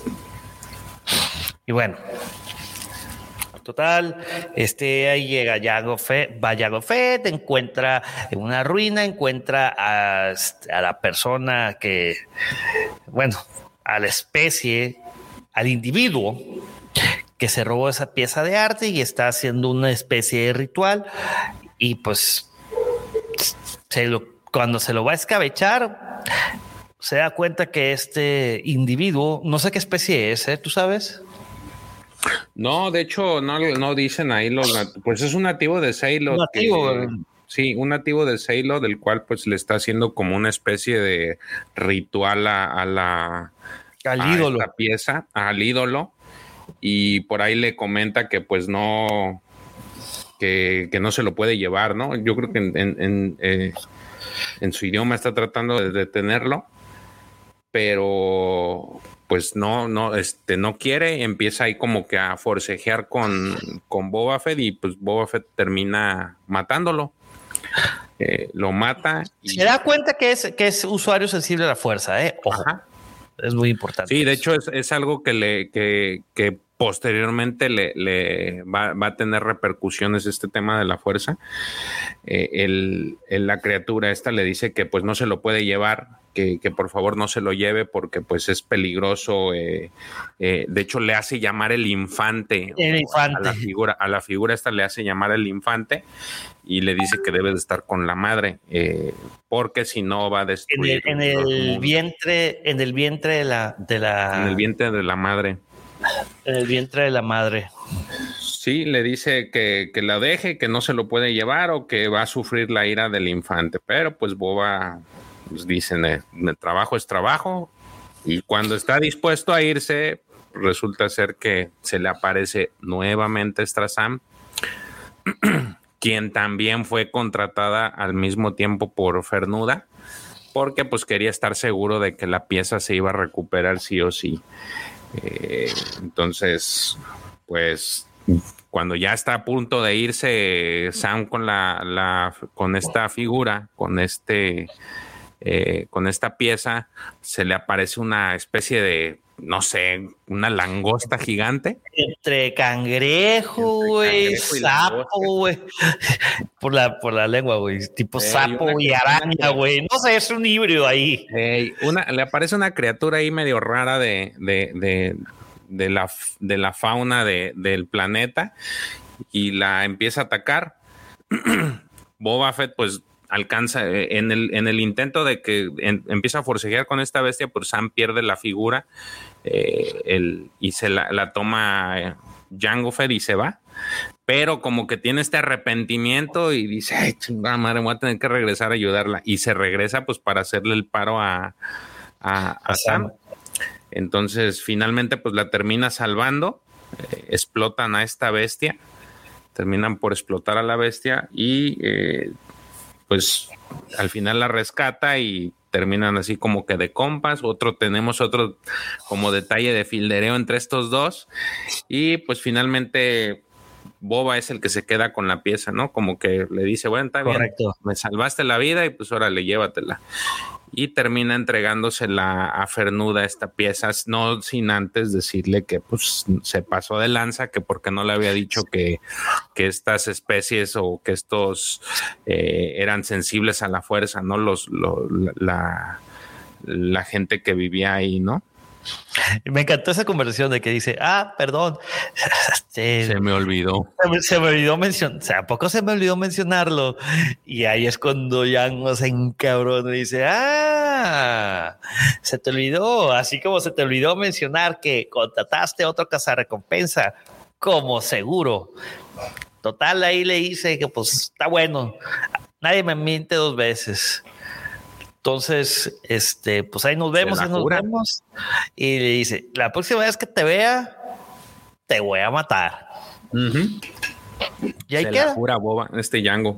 Y bueno, total, este, ahí llega Jango Fett, va Jango Fett, encuentra en una ruina, encuentra a, a la persona que, bueno, a la especie, al individuo que se robó esa pieza de arte y está haciendo una especie de ritual y pues se lo, cuando se lo va a escabechar se da cuenta que este individuo, no sé qué especie es, ¿eh? ¿Tú sabes? No, de hecho, no, no dicen ahí los nat- pues es un nativo de Seilo. Nativo, que, sí, un nativo de Seilo, del cual pues le está haciendo como una especie de ritual a, a la al a ídolo. esta pieza, al ídolo, y por ahí le comenta que pues no, que, que no se lo puede llevar, ¿no? Yo creo que en, en, en, eh, en su idioma está tratando de detenerlo, pero pues no, no, este, no quiere, empieza ahí como que a forcejear con, con Boba Fett y pues Boba Fett termina matándolo. Eh, lo mata. Y... se da cuenta que es, que es usuario sensible a la fuerza, ¿eh? Ojo. Ajá. Es muy importante. Sí, de hecho es, es algo que le que, que posteriormente le, le va, va a tener repercusiones este tema de la fuerza. Eh, el, el, la criatura esta le dice que pues no se lo puede llevar, que, que por favor no se lo lleve porque pues es peligroso. Eh, eh, de hecho le hace llamar el infante. El infante. A la figura, a la figura esta le hace llamar el infante y le dice que debe de estar con la madre, eh, porque si no va a destruir. En el, en el vientre, en el vientre de la, de la. En el vientre de la madre. En el vientre de la madre. Sí, le dice que, que la deje, que no se lo puede llevar o que va a sufrir la ira del infante. Pero pues Boba pues, dice, el trabajo es trabajo. Y cuando está dispuesto a irse, resulta ser que se le aparece nuevamente Strazam, quien también fue contratada al mismo tiempo por Fernuda, porque pues quería estar seguro de que la pieza se iba a recuperar sí o sí. Eh, entonces, pues cuando ya está a punto de irse Sam con la, la con esta figura, con este eh, con esta pieza, se le aparece una especie de, no sé, una langosta gigante. Entre cangrejo, güey, sapo, güey. Por la, por la lengua, güey. Tipo hey, sapo y araña, güey. No sé, es un híbrido ahí. Hey, una, le aparece una criatura ahí medio rara de, de, de, de, la, de la fauna de, del planeta y la empieza a atacar. Boba Fett, pues, alcanza en el, en el intento de que en, empieza a forcejear con esta bestia, pues Sam pierde la figura eh, el, y se la, la toma eh, Jango Fett y se va, pero como que tiene este arrepentimiento y dice, ay, chingada madre, voy a tener que regresar a ayudarla, y se regresa pues para hacerle el paro a, a, a Sam. Entonces finalmente pues la termina salvando, eh, explotan a esta bestia, terminan por explotar a la bestia y eh, pues al final la rescata y terminan así como que de compas. Otro, tenemos otro como detalle de fildereo entre estos dos y pues finalmente Boba es el que se queda con la pieza, ¿no? Como que le dice, bueno, está bien, correcto, me salvaste la vida y pues órale, llévatela. Y termina entregándosela a Fernuda esta pieza, no sin antes decirle que pues se pasó de lanza, que porque no le había dicho que, que estas especies o que estos eh, eran sensibles a la fuerza, ¿no? Los, los la, la gente que vivía ahí, ¿no? Me encantó esa conversación de que dice, ah, perdón, se, se me olvidó. Se me, se me olvidó mencionar, o sea, ¿a poco se me olvidó mencionarlo? Y ahí es cuando Jango se encabrona y dice, ah, se te olvidó, así como se te olvidó mencionar que contrataste a otro cazarrecompensa como seguro. Total, ahí le dice que pues está bueno, nadie me miente dos veces. Entonces, este, pues ahí nos vemos, ahí nos vemos. Y le dice, la próxima vez que te vea, te voy a matar. Uh-huh. Y ahí Se queda. La jura Boba, este Jango.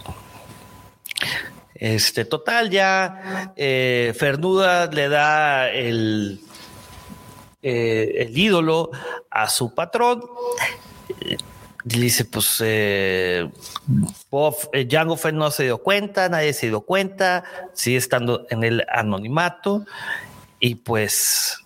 Este, total, ya eh, Fernuda le da el, eh, el ídolo a su patrón. Y dice, pues, eh, Bob, eh, Jango Fett no se dio cuenta, nadie se dio cuenta, sigue estando en el anonimato, y pues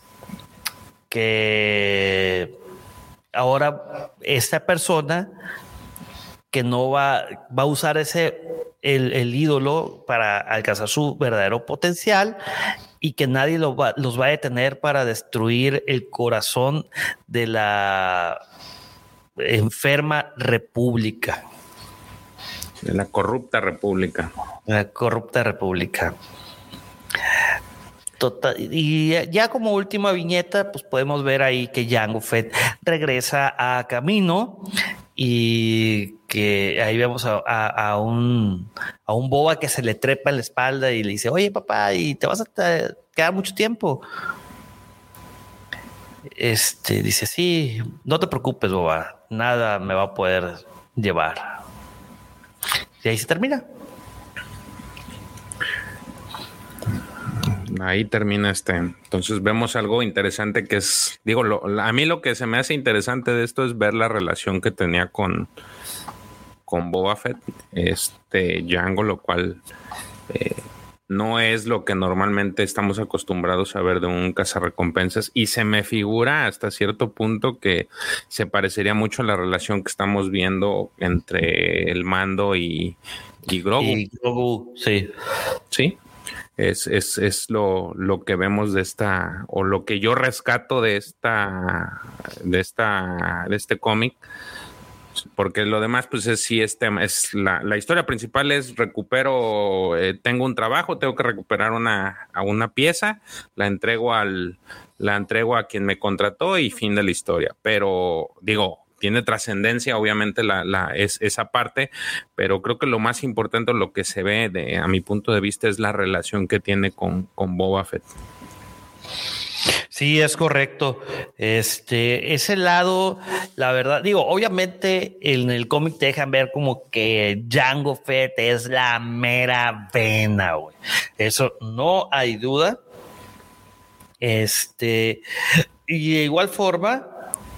que ahora esta persona que no va, va a usar ese el, el ídolo para alcanzar su verdadero potencial y que nadie lo va, los va a detener para destruir el corazón de la enferma república. De la corrupta república. La corrupta república. Total, y ya como última viñeta, pues podemos ver ahí que Jango Fett regresa a Camino y que ahí vemos a, a, a un a un Boba que se le trepa en la espalda y le dice, oye papá, ¿y te vas a quedar mucho tiempo? Este dice, sí, no te preocupes, Boba, nada me va a poder llevar. Y ahí se termina. Ahí termina este. Entonces vemos algo interesante que es, digo, lo, a mí lo que se me hace interesante de esto es ver la relación que tenía con, con Boba Fett, este Jango, lo cual eh, no es lo que normalmente estamos acostumbrados a ver de un cazarrecompensas, y se me figura hasta cierto punto que se parecería mucho a la relación que estamos viendo entre el Mando y, y Grogu. Y Grogu, sí. Sí. Es, es, es lo, lo que vemos de esta, o lo que yo rescato de esta, de esta, de este cómic, porque lo demás, pues es sí, este es la, la historia principal es recupero, eh, tengo un trabajo, tengo que recuperar una, a una pieza, la entrego al, la entrego a quien me contrató y fin de la historia. Pero digo, tiene trascendencia, obviamente, la, la, es, esa parte, pero creo que lo más importante, lo que se ve, de, a mi punto de vista, es la relación que tiene con, con Boba Fett. Sí, es correcto. Este, ese lado, la verdad, digo, obviamente en el cómic te dejan ver como que Jango Fett es la mera vena, güey. Eso no hay duda. Este, y de igual forma,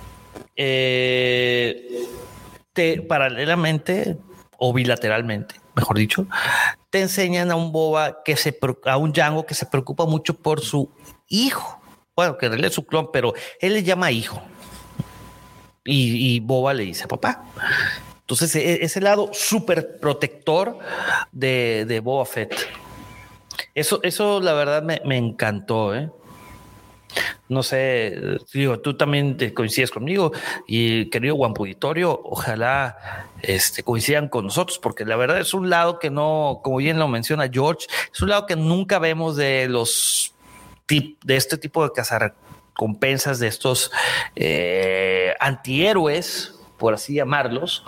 Eh, te, paralelamente o bilateralmente, mejor dicho, te enseñan a un Boba que se a un Jango que se preocupa mucho por su hijo. Bueno, que en realidad es su clon, pero él le llama hijo. Y, y Boba le dice papá. Entonces, ese lado súper protector de, de Boba Fett. Eso, eso la verdad me, me encantó, ¿eh? No sé, digo, tú también te coincides conmigo y querido Guampuditorio, ojalá este, coincidan con nosotros, porque la verdad es un lado que no, como bien lo menciona George, es un lado que nunca vemos de los tip, de este tipo de cazarrecompensas, de estos eh, antihéroes, por así llamarlos.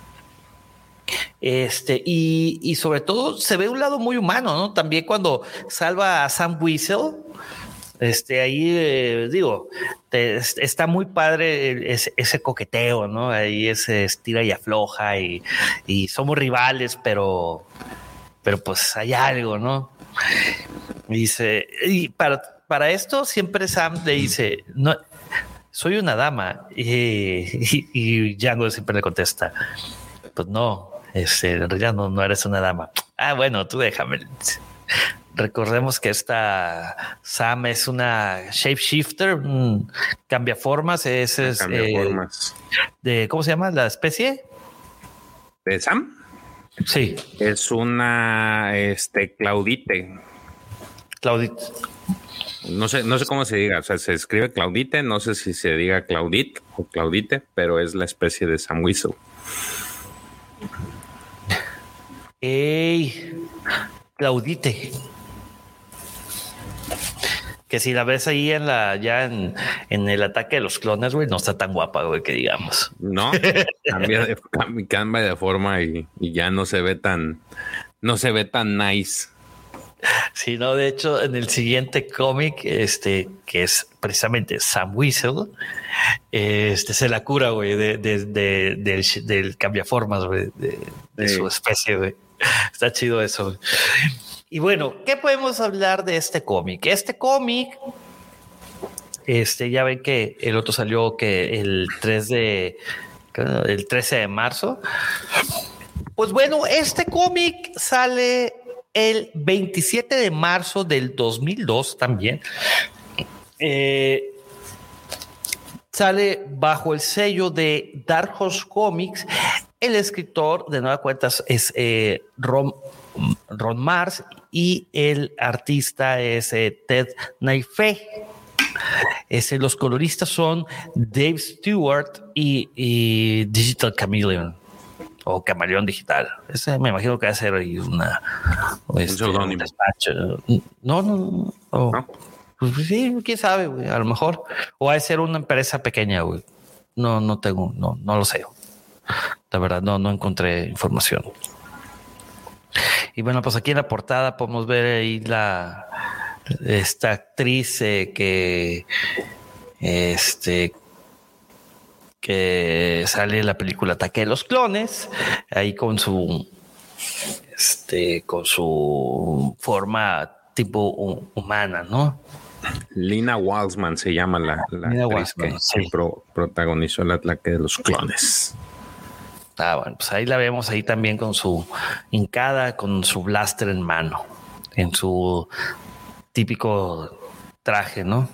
Este, y, y sobre todo se ve un lado muy humano, ¿no? También cuando salva a Sam Whistle. Este, ahí eh, digo, te, está muy padre ese, ese coqueteo, ¿no? Ahí ese estira y afloja y, y somos rivales, pero, pero pues hay algo, ¿no? Y dice, y para, para esto siempre Sam le dice, no, soy una dama. Y, y, y Jango siempre le contesta, pues no, este, en realidad no, no eres una dama. Ah, bueno, tú déjame. Recordemos que esta Sam es una shapeshifter, un cambiaformas. Ese es cambiaformas. Eh, de, ¿cómo se llama la especie? ¿De Sam? Sí. Es una este, Claudite. Claudite. No sé, no sé cómo se diga. O sea, se escribe Claudite. No sé si se diga Claudite o Claudite, pero es la especie de Sam Whistle. Ey, Claudite. Que si la ves ahí en la, ya en, en el ataque de los clones, güey, no está tan guapa, güey, que digamos. No, cambia de, cambia de forma y, y ya no se ve tan, no se ve tan nice. Sí, no, de hecho, en el siguiente cómic, este, que es precisamente Sam Whistle, este se la cura, güey, de, de, de, de, del cambiaformas, güey, de, de sí. su especie, güey. Está chido eso, güey. Y bueno, ¿qué podemos hablar de este cómic? Este cómic, este, ya ven que el otro salió que el tres de, el trece de marzo. Pues bueno, este cómic sale el veintisiete de marzo del dos mil dos también. Eh, sale bajo el sello de Dark Horse Comics. El escritor, de nueva cuenta, es eh, Ron, Ron Mars y el artista es eh, Ted Naifeh. Ese, los coloristas son Dave Stewart y, y Digital Chameleon o Camaleón Digital. Ese me imagino que va a ser una, este, un despacho. No, no, O, ¿no? Pues sí, quién sabe, güey, a lo mejor. O ha de ser una empresa pequeña, güey. No, no tengo, no, no lo sé. La verdad, no, no encontré información. Y bueno, pues aquí en la portada podemos ver ahí la esta actriz eh, que este que sale en la película Ataque de los Clones, ahí con su este con su forma tipo humana, ¿no? Lina Walsman se llama la, la Lina actriz Walsman, que, sí. que pro, protagonizó el Ataque de los Clones. Ah, bueno, pues ahí la vemos ahí también con su hincada, con su blaster en mano, en su típico traje, ¿no?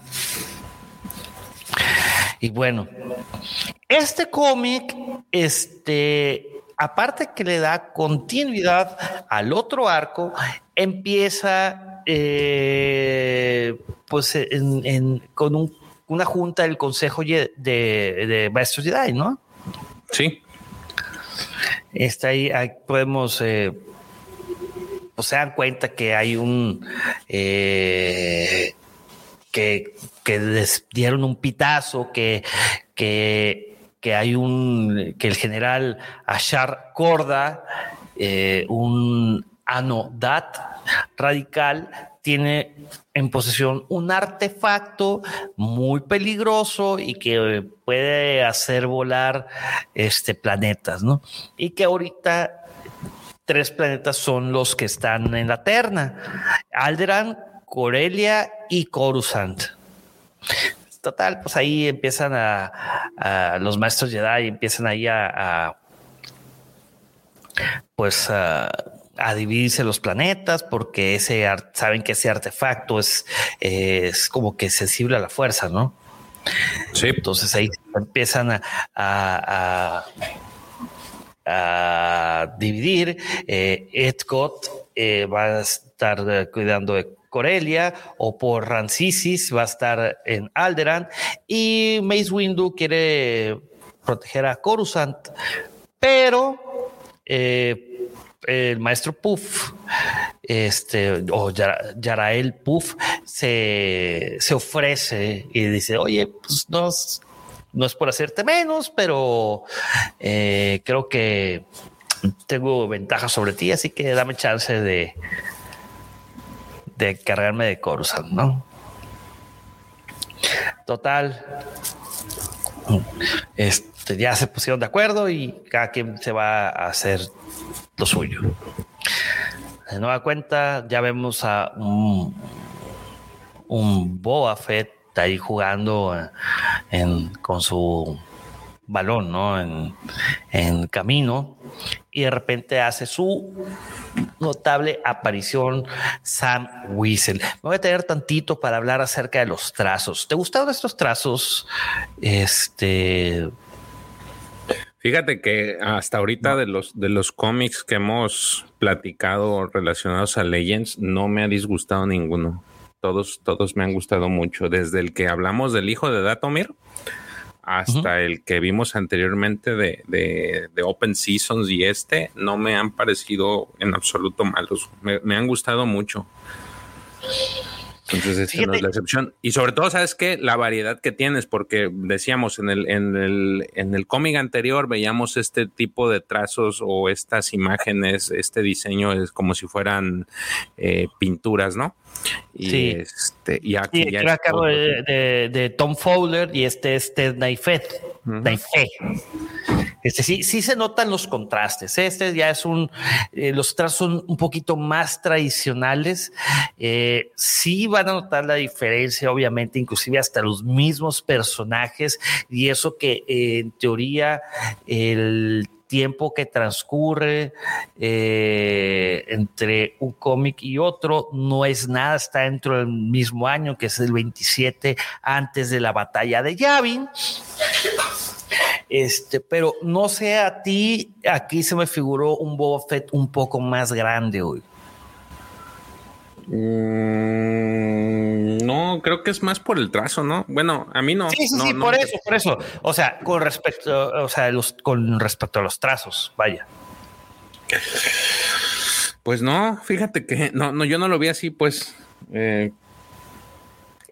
Y bueno, este cómic, este, aparte que le da continuidad al otro arco, empieza eh, pues en, en, con un, una junta del Consejo de, de Maestros Jedi, ¿no? Sí. Está ahí, ahí podemos, eh, pues se dan cuenta que hay un, eh, que, que les dieron un pitazo, que, que, que hay un, que el general Ashar Korda, eh, un Anodat radical, tiene en posesión un artefacto muy peligroso y que puede hacer volar este, planetas, ¿no? Y que ahorita tres planetas son los que están en la terna: Alderaan, Corellia y Coruscant. Total, pues ahí empiezan a, a los maestros Jedi empiezan ahí a, a pues a a dividirse los planetas, porque ese saben que ese artefacto es, es como que sensible a la fuerza, ¿no? Sí. Entonces ahí empiezan a, a, a, a dividir. Eh, Edcott eh, va a estar cuidando de Corellia, o por Rancisis va a estar en Alderaan, y Mace Windu quiere proteger a Coruscant, pero eh, el maestro Puff, este, o Yarael Puff, se, se ofrece y dice: oye, pues no, no es por hacerte menos, pero eh, creo que tengo ventaja sobre ti, así que dame chance de, de cargarme de Coruscant, ¿no? Total, este, ya se pusieron de acuerdo y cada quien se va a hacer lo suyo. De nueva cuenta, ya vemos a un, un Boba Fett ahí jugando en, con su balón, ¿no? En, en camino, y de repente hace su notable aparición Sam Whistle. Me voy a tener tantito para hablar acerca de los trazos. ¿Te gustaron estos trazos? Este... Fíjate que hasta ahorita de los de los cómics que hemos platicado relacionados a Legends, no me ha disgustado ninguno. Todos, todos me han gustado mucho. Desde el que hablamos del hijo de Dathomir hasta uh-huh. el que vimos anteriormente de, de, de Open Seasons, y este no me han parecido en absoluto malos. Me, me han gustado mucho. Entonces esta no es la excepción. Y sobre todo, ¿sabes qué? La variedad que tienes, porque decíamos en el, en el, en el cómic anterior veíamos este tipo de trazos o estas imágenes, este diseño es como si fueran eh, pinturas, ¿no? Y sí. este, y aquí sí, ya era cargo de, de, de Tom Fowler, y este es Ted Naifeh. Uh-huh. Naifeh. Este sí, sí se notan los contrastes. Este ya es un, eh, los trazos son un poquito más tradicionales. Eh, sí van a notar la diferencia, obviamente, inclusive hasta los mismos personajes, y eso que eh, en teoría el tiempo que transcurre eh, entre un cómic y otro no es nada, está dentro del mismo año, que es el veintisiete antes de la batalla de Yavin. Este, pero no sé, a ti aquí se me figuró un Boba Fett un poco más grande hoy. Mm, no, creo que es más por el trazo, ¿no? Bueno, a mí no. Sí, sí, no, sí, no, por no. eso, por eso. O sea, con respecto, o sea, los, con respecto a los trazos, vaya. Pues no, fíjate que no, no, yo no lo vi así, pues. Eh,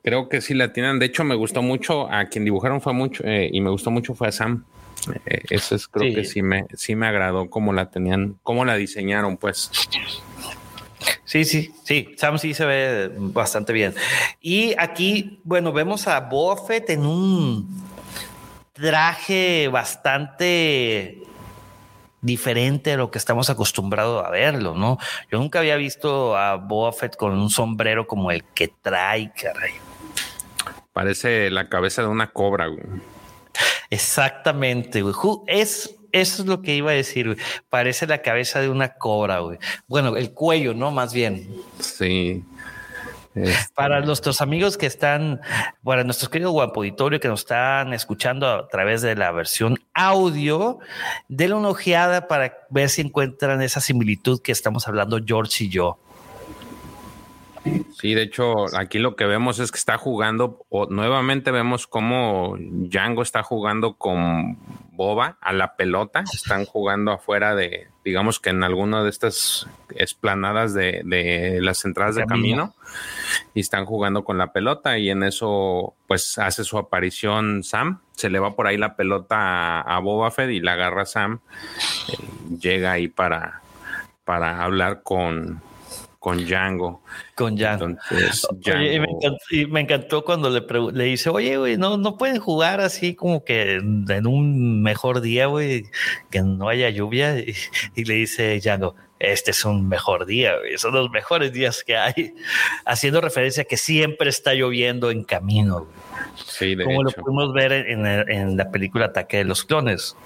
Creo que sí la tienen. De hecho, me gustó mucho. A quien dibujaron fue mucho eh, y me gustó mucho fue a Sam. Eh, eso es, creo sí. que sí me, sí me agradó cómo la tenían, cómo la diseñaron, pues. Sí, sí, sí. Sam sí se ve bastante bien. Y aquí, bueno, vemos a Boba Fett en un traje bastante diferente a lo que estamos acostumbrados a verlo, ¿no? Yo nunca había visto a Boba Fett con un sombrero como el que trae, caray. Parece la cabeza de una cobra, güey. Exactamente, güey. Es, eso es lo que iba a decir, güey. Parece la cabeza de una cobra, güey. Bueno, el cuello, ¿no? Más bien. Sí. Este... Para nuestros amigos que están, para nuestros queridos Guampo Auditorio que nos están escuchando a través de la versión audio, denle una ojeada para ver si encuentran esa similitud que estamos hablando George y yo. Sí, de hecho, aquí lo que vemos es que está jugando, o nuevamente vemos cómo Jango está jugando con Boba a la pelota. Están jugando afuera de, digamos que en alguna de estas esplanadas de, de las entradas de camino. camino, y están jugando con la pelota, y en eso pues hace su aparición Sam. Se le va por ahí la pelota a, a Boba Fett y la agarra Sam. Eh, llega ahí para, para hablar con... con Jango. Con Jango. Entonces, Jango... Oye, y, me encantó, y me encantó cuando le, pre- le dice, oye, güey, no, no pueden jugar así como que en, en un mejor día, güey, que no haya lluvia. Y, y le dice Jango, este es un mejor día, güey, son los mejores días que hay. Haciendo referencia a que siempre está lloviendo en camino, güey. Sí, de como hecho. Lo pudimos ver en, en la película Ataque de los Clones.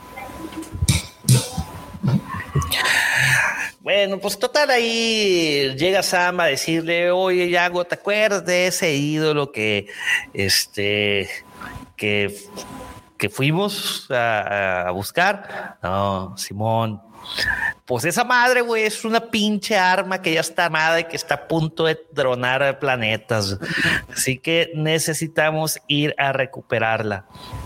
Bueno, pues total, ahí llega Sam a decirle, oye, Jango, ¿te acuerdas de ese ídolo que, este, que, que fuimos a, a buscar? No, Simón. Pues esa madre, güey, es una pinche arma que ya está armada y que está a punto de tronar planetas. Así que necesitamos ir a recuperarla.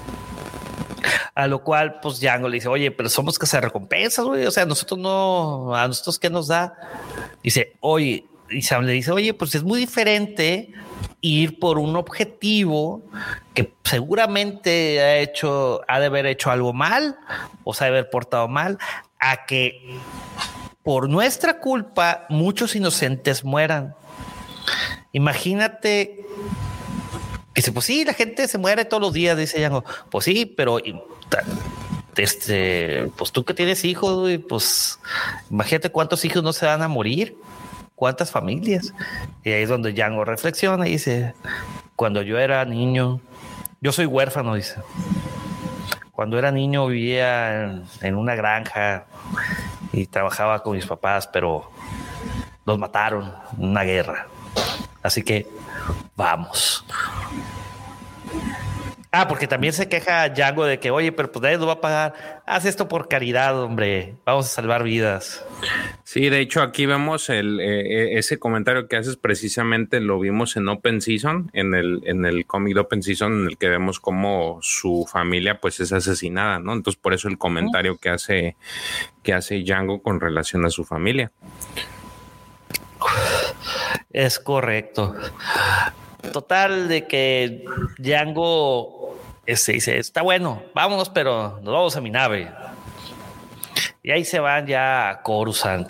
A lo cual, pues, Jango le dice, oye, pero somos cazarrecompensas, güey. O sea, nosotros no, a nosotros, ¿qué nos da? Dice, oye, y Sam le dice, oye, pues es muy diferente ir por un objetivo que seguramente ha hecho, ha de haber hecho algo mal, o se ha de haber portado mal, a que por nuestra culpa muchos inocentes mueran. Imagínate. Dice, pues sí, la gente se muere todos los días, dice Jango. Pues sí, pero este, pues tú que tienes hijos, güey, pues imagínate cuántos hijos no se van a morir, cuántas familias. Y ahí es donde Jango reflexiona y dice, cuando yo era niño, yo soy huérfano, dice. Cuando era niño vivía en, en una granja y trabajaba con mis papás, pero los mataron en una guerra. Así que vamos. Ah, porque también se queja Jango de que, oye, pero pues nadie nos va a pagar. Haz esto por caridad, hombre. Vamos a salvar vidas. Sí, de hecho aquí vemos el eh, ese comentario que haces, precisamente lo vimos en Open Season, en el en el cómic de Open Season, en el que vemos cómo su familia pues es asesinada, ¿no? Entonces por eso el comentario que hace que hace Jango con relación a su familia. Es correcto. Total, de que Jango este, dice, está bueno, vámonos, pero nos vamos a mi nave. Y ahí se van ya a Coruscant.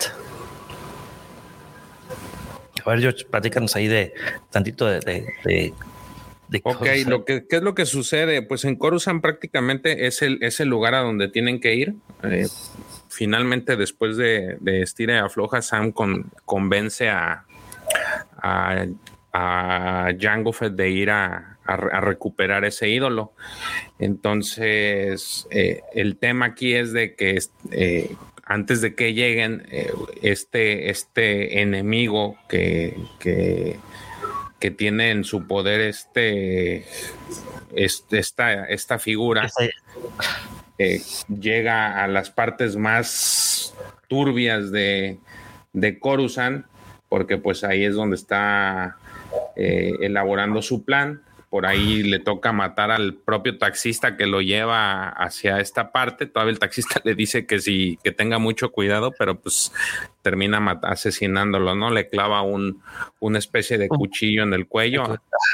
A ver, George, platícanos ahí de tantito de... de, de, de ok, Coruscant. Lo que, ¿qué es lo que sucede? Pues en Coruscant prácticamente es el, es el lugar a donde tienen que ir. Eh, finalmente, después de, de estira y afloja, Sam con, convence a... a a Jango Fett de ir a, a, a recuperar ese ídolo. Entonces, eh, el tema aquí es de que eh, antes de que lleguen, eh, este, este enemigo que, que, que tiene en su poder este, este esta, esta figura, eh, llega a las partes más turbias de, de Coruscant, porque pues ahí es donde está Eh, elaborando su plan. Por ahí le toca matar al propio taxista que lo lleva hacia esta parte. Todavía el taxista le dice que sí, que tenga mucho cuidado, pero pues termina asesinándolo, ¿no? Le clava un, una especie de cuchillo en el cuello.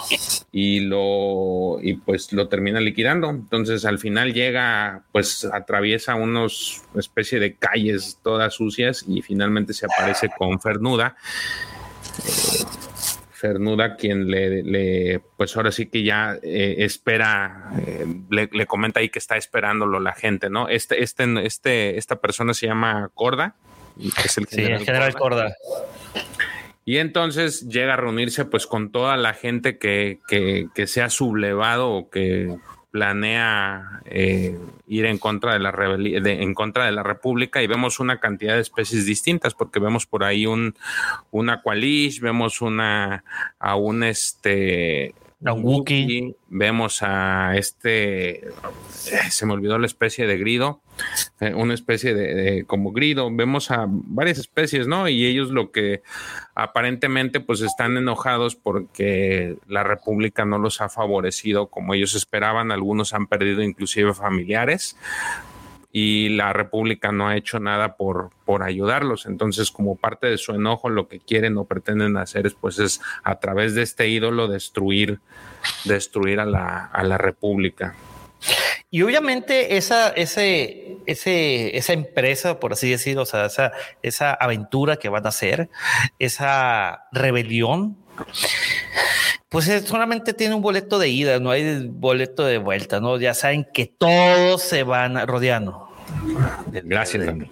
y lo y pues lo termina liquidando. Entonces al final llega, pues atraviesa unos especie de calles todas sucias y finalmente se aparece con Fernuda. Eh, Fernuda, quien le, le, pues ahora sí que ya eh, espera, eh, le, le comenta ahí que está esperándolo la gente, ¿no? Este, este, este, esta persona se llama Corda, que es el general, sí, el general Corda. Corda. Y entonces llega a reunirse pues con toda la gente que, que, que se ha sublevado o que planea eh, ir en contra de la rebelión, de, en contra de la República, y vemos una cantidad de especies distintas, porque vemos por ahí un una Qualish, vemos una a un este a un Wookiee, vemos a este se me olvidó la especie de grido, eh, una especie de, de como grido, vemos a varias especies, ¿no? Y ellos lo que aparentemente pues están enojados porque la República no los ha favorecido como ellos esperaban. Algunos han perdido inclusive familiares y la República no ha hecho nada por, por ayudarlos. Entonces, como parte de su enojo, lo que quieren o pretenden hacer es, pues, es a través de este ídolo destruir, destruir a la, a la República. Y obviamente esa, ese, ese, esa empresa, por así decirlo, o sea, esa, esa aventura que van a hacer, esa rebelión, pues solamente tiene un boleto de ida, no hay boleto de vuelta, ¿no? Ya saben que todos se van rodeando. Gracias, Dani.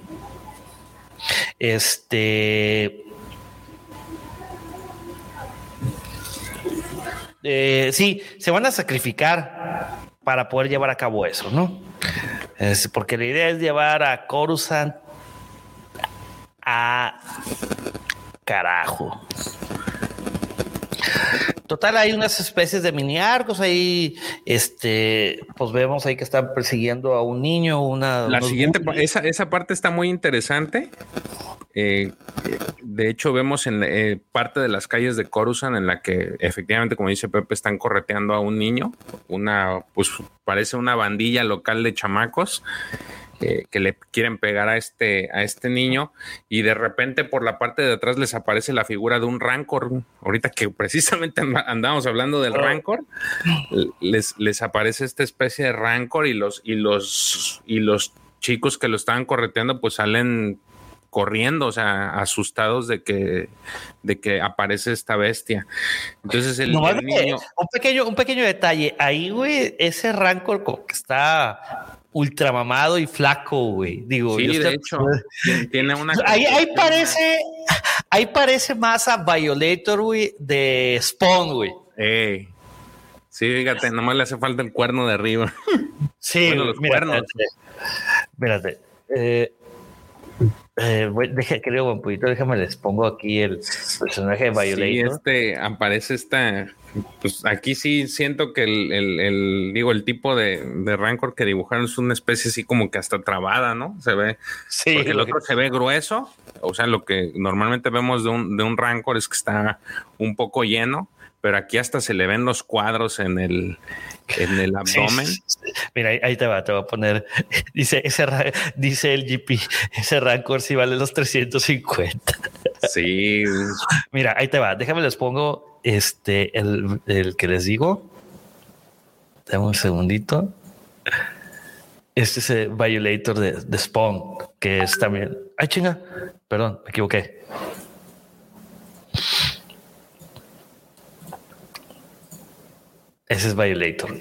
Este... Eh, sí, se van a sacrificar para poder llevar a cabo eso, ¿no? Es porque la idea es llevar a Coruscant a carajo. Total, hay unas especies de mini arcos ahí, este, pues vemos ahí que están persiguiendo a un niño, una... La siguiente, esa, esa parte está muy interesante. Eh, de hecho, vemos en eh, parte de las calles de Coruscant en la que efectivamente, como dice Pepe, están correteando a un niño, una, pues parece una bandilla local de chamacos eh, que le quieren pegar a este, a este niño, y de repente por la parte de atrás les aparece la figura de un Rancor. Ahorita que precisamente andamos hablando del Rancor, les, les aparece esta especie de Rancor, y los, y los, y los chicos que lo estaban correteando pues salen corriendo, o sea, asustados de que, de que aparece esta bestia. Entonces el, no, el niño... Un pequeño, un pequeño detalle. Ahí, güey, ese Rancor como que está ultramamado y flaco, güey. Digo, sí, yo de estoy... hecho, tiene una... Ahí, ahí parece... Ahí parece más a Violator, güey, de Spawn, güey. Ey. Sí, fíjate, nomás le hace falta el cuerno de arriba. Sí, bueno, los mira, cuernos. Espérate. Eh, eh, deja, creo, un poquito, déjame les pongo aquí el personaje de Violator. Sí, este aparece esta. Pues aquí sí siento que el, el, el digo, el tipo de, de Rancor que dibujaron es una especie así como que hasta trabada, ¿no? Se ve. Sí. Porque el otro se ve grueso. O sea, lo que normalmente vemos de un, de un Rancor es que está un poco lleno, pero aquí hasta se le ven los cuadros en el, en el abdomen. Sí, sí, sí. Mira, ahí, ahí te va, te va a poner. Dice ese dice el G P, ese Rancor sí vale los trescientos cincuenta. Sí. Mira, ahí te va. Déjame les pongo este el, el que les digo. Dame un segundito. Este es el Violator de, de Spawn, que es también. Ay, chinga. Perdón, me equivoqué. Ese es Violator.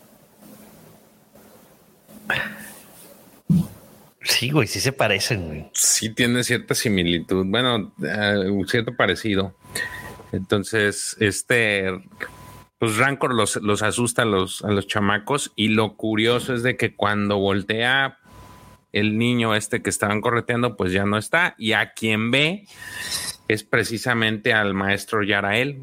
Sí, güey, sí se parecen, güey. Sí tiene cierta similitud. Bueno, uh, cierto parecido. Entonces, este... pues Rancor los, los asusta a los, a los chamacos, y lo curioso es de que cuando voltea el niño este que estaban correteando, pues ya no está, y a quien ve es precisamente al maestro Yarael.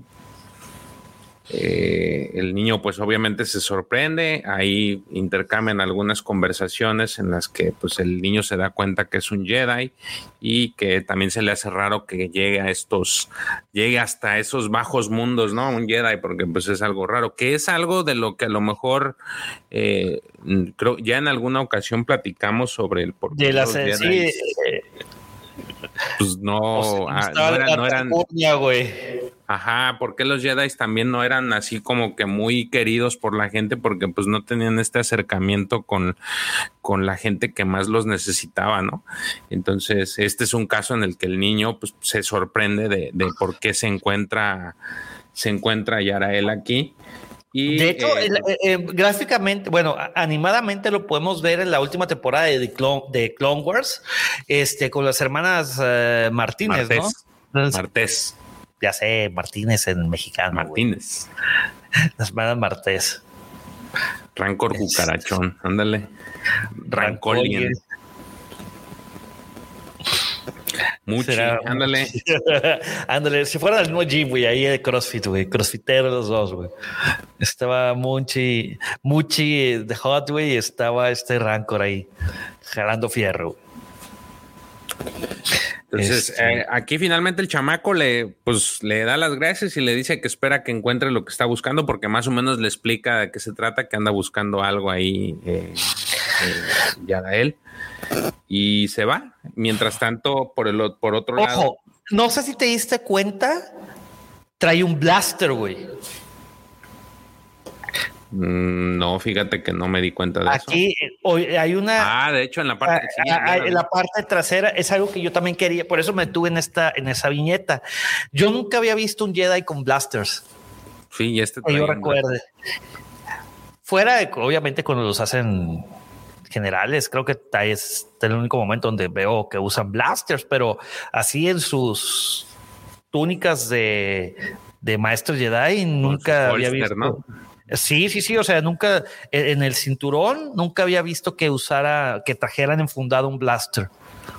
Eh, el niño pues obviamente se sorprende, ahí intercambian algunas conversaciones en las que pues el niño se da cuenta que es un Jedi, y que también se le hace raro que llegue a estos, llegue hasta esos bajos mundos, ¿no? Un Jedi, porque pues es algo raro, que es algo de lo que a lo mejor eh, creo ya en alguna ocasión platicamos sobre el por qué de la los Jedi, sí, pues no, o sea, ah, no, era, no eran California, güey. Ajá, ¿por qué los Jedi también no eran así como que muy queridos por la gente? Porque pues no tenían este acercamiento con, con la gente que más los necesitaba, ¿no? Entonces, este es un caso en el que el niño pues se sorprende de, de por qué se encuentra, se encuentra Yarael aquí. Y, de hecho, eh, el, eh, gráficamente, bueno, animadamente lo podemos ver en la última temporada de The Clone, de Clone Wars, este, con las hermanas uh, Martínez, Martés, ¿no? Martés. Ya sé, Martínez en mexicano. Martínez. Güey. Las hermanas Martés. Rancor es... cucarachón, ándale. Rancolien. Muchi, ándale. Ándale, si fuera del mismo gym, güey, ahí de CrossFit, güey, crossfiteros los dos, güey. Estaba Muchi, Muchi de Hot, güey, y estaba este Rancor ahí, jalando fierro. Entonces, este... eh, aquí finalmente el chamaco le, pues, le da las gracias y le dice que espera que encuentre lo que está buscando, porque más o menos le explica de qué se trata, que anda buscando algo ahí, eh, eh, Yarael. Y se va. Mientras tanto, por el por otro Ojo, lado. No sé si te diste cuenta, trae un blaster, güey. Mm, no, fíjate que no me di cuenta de Aquí, eso. Aquí hoy hay una. Ah, de hecho, en la parte a, sí, a, en la parte trasera es algo que yo también quería, por eso me tuve en esta, en esa viñeta. Yo nunca había visto un Jedi con blasters. Sí, y este que yo recuerde. Fuera de, obviamente, cuando los hacen generales, creo que es el único momento donde veo que usan blasters, pero así en sus túnicas de, de maestros Jedi nunca había visto. ¿No? Sí, sí, sí, o sea, nunca en el cinturón nunca había visto que usara, que trajeran enfundado un blaster.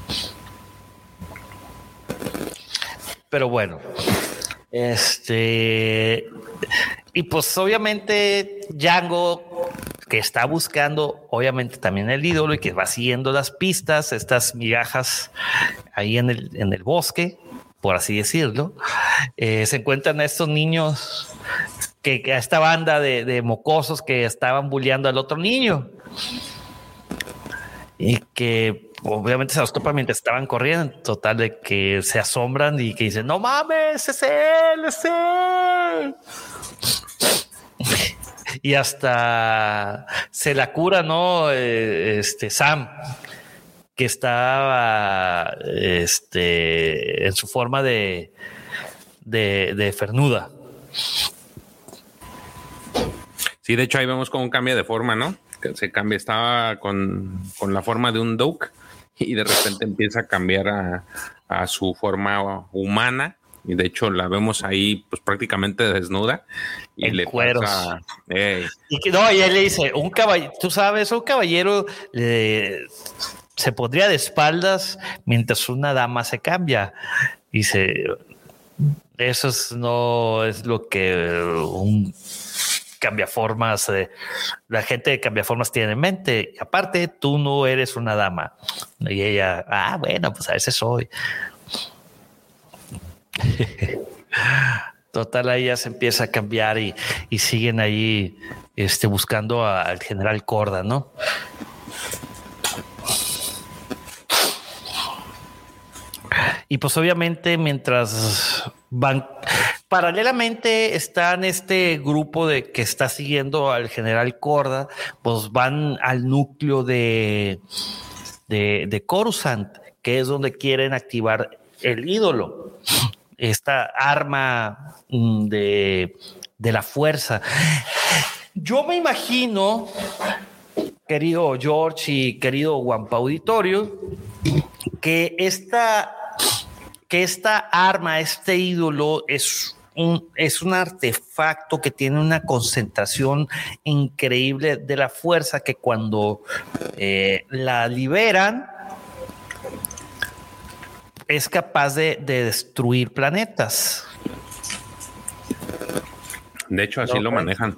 Pero bueno, este y pues obviamente Jango, que está buscando obviamente también el ídolo y que va siguiendo las pistas, estas migajas ahí en el, en el bosque, por así decirlo, eh, se encuentran a estos niños, que, que a esta banda de, de mocosos que estaban bulleando al otro niño y que obviamente se los topan mientras estaban corriendo, total de que se asombran y que dicen, no mames, es él, es él. Y hasta se la cura, ¿no? Este Sam, que estaba este, en su forma de, de, de fernuda. Sí, de hecho ahí vemos como un cambio de forma, ¿no? Que se cambia, estaba con, con la forma de un Doke y de repente empieza a cambiar a, a su forma humana. Y de hecho la vemos ahí pues prácticamente desnuda y en le cueros. Pasa, hey. Y que no, y él le dice, un caballero, tú sabes, un caballero eh, se pondría de espaldas mientras una dama se cambia. Dice, eso es, no es lo que un cambiaformas, eh, la gente de cambiaformas tiene en mente. Y aparte, tú no eres una dama. Y ella, ah, bueno, pues a veces soy. Total, ahí ya se empieza a cambiar y, y siguen ahí este, buscando a, al general Korda, ¿no? Y pues obviamente mientras van, paralelamente están este grupo de que está siguiendo al general Korda, pues van al núcleo de, de, de Coruscant, que es donde quieren activar el ídolo. Esta arma de, de la fuerza. Yo me imagino, querido George y querido Wampa Auditorio, que esta, que esta arma, este ídolo es un, es un artefacto que tiene una concentración increíble de la fuerza que cuando eh, la liberan es capaz de, de destruir planetas. De hecho, así okay. lo manejan.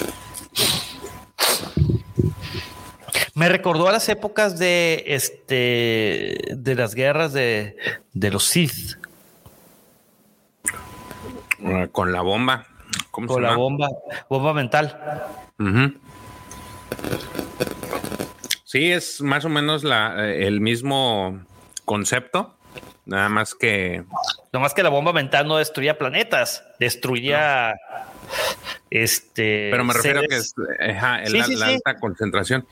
Me recordó a las épocas de este de las guerras de, de los Sith. Con la bomba. ¿Cómo Con se la llama? bomba, bomba mental. Uh-huh. Sí, es más o menos la, el mismo concepto. Nada más que... Nada más que la bomba mental no destruía planetas, destruía... No. Este, Pero me refiero seres... a que es ajá, sí, la, sí, la sí. alta concentración.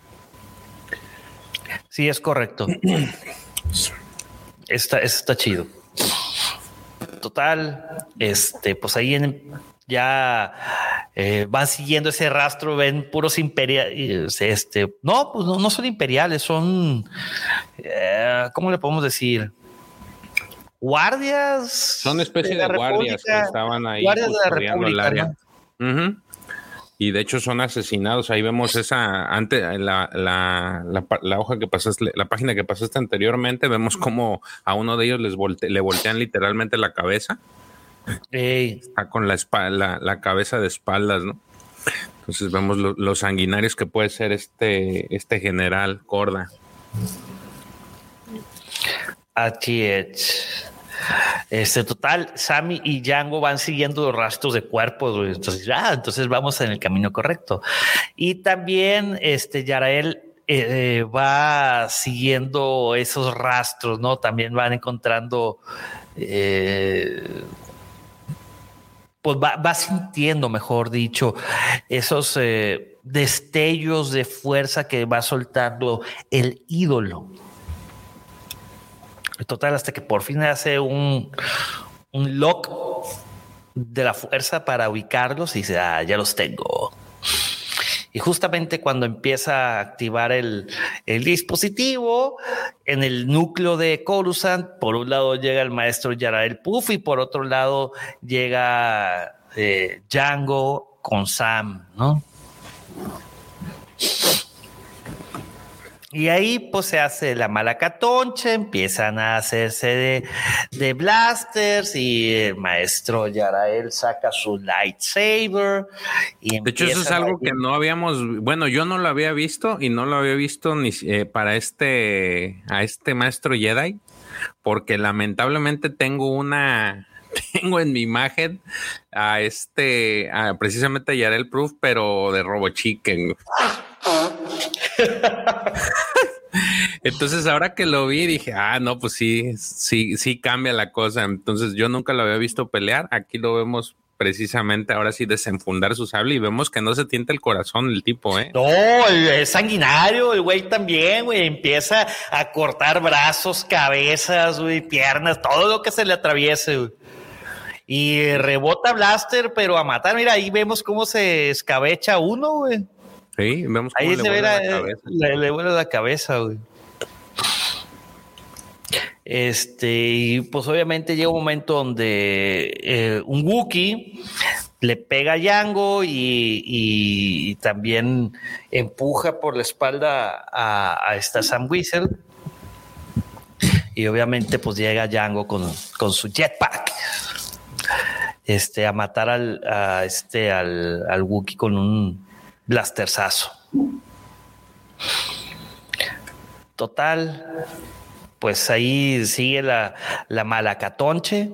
Sí, es correcto. Está, está chido. Total, este, pues ahí en, ya eh, van siguiendo ese rastro, ven puros imperiales. Este, no, pues no, no son imperiales, son, eh, ¿cómo le podemos decir? Guardias. Son especie de, de guardias que estaban ahí custodiando el área. ¿No? Uh-huh. Y de hecho son asesinados. Ahí vemos esa antes la, la, la, la hoja que pasaste, la página que pasaste anteriormente. Vemos cómo a uno de ellos les volte, le voltean literalmente la cabeza. Ey. Está con la, la, la cabeza de espaldas, ¿no? Entonces vemos lo, los sanguinarios que puede ser este, este general Corda. Así es. Este total, Sammy y Django van siguiendo los rastros de cuerpos, güey. Entonces, ah, entonces vamos en el camino correcto. Y también este Yarael eh, va siguiendo esos rastros, ¿no? También van encontrando, eh, pues va, va sintiendo, mejor dicho, esos eh, destellos de fuerza que va soltando el ídolo. Total, hasta que por fin hace un, un lock de la fuerza para ubicarlos y dice, ah, ya los tengo. Y justamente cuando empieza a activar el, el dispositivo, en el núcleo de Coruscant, por un lado llega el maestro Yarael Puf y por otro lado llega eh, Django con Sam, ¿no? Y ahí pues se hace la malacatoncha, empiezan a hacerse de, de blasters y el maestro Yarael saca su lightsaber. Y de hecho eso es algo a... que no habíamos, bueno, yo no lo había visto y no lo había visto ni eh, para este, a este maestro Jedi, porque lamentablemente tengo una... Tengo en mi imagen a este, a precisamente a Yarael Puf, pero de Robo Chicken. Entonces ahora que lo vi dije, ah, no, pues sí, sí, sí cambia la cosa. Entonces yo nunca lo había visto pelear. Aquí lo vemos precisamente ahora sí desenfundar su sable y vemos que no se tienta el corazón el tipo, ¿eh? No, es sanguinario, el güey también, güey, empieza a cortar brazos, cabezas, güey, piernas, todo lo que se le atraviese, güey. Y rebota blaster, pero a matar, mira, ahí vemos cómo se escabecha uno, güey. Sí, vemos cómo ahí le se ve la, la cabeza. Le, le vuela la cabeza, güey. Este, y pues obviamente llega un momento donde eh, un Wookiee le pega a Django y, y, y también empuja por la espalda a, a esta Sam Whistle. Y obviamente pues llega Django con, con su jetpack. Este, a matar al, a este, al, al Wookiee con un blasterzazo. Total, pues ahí sigue la, la malacatonche.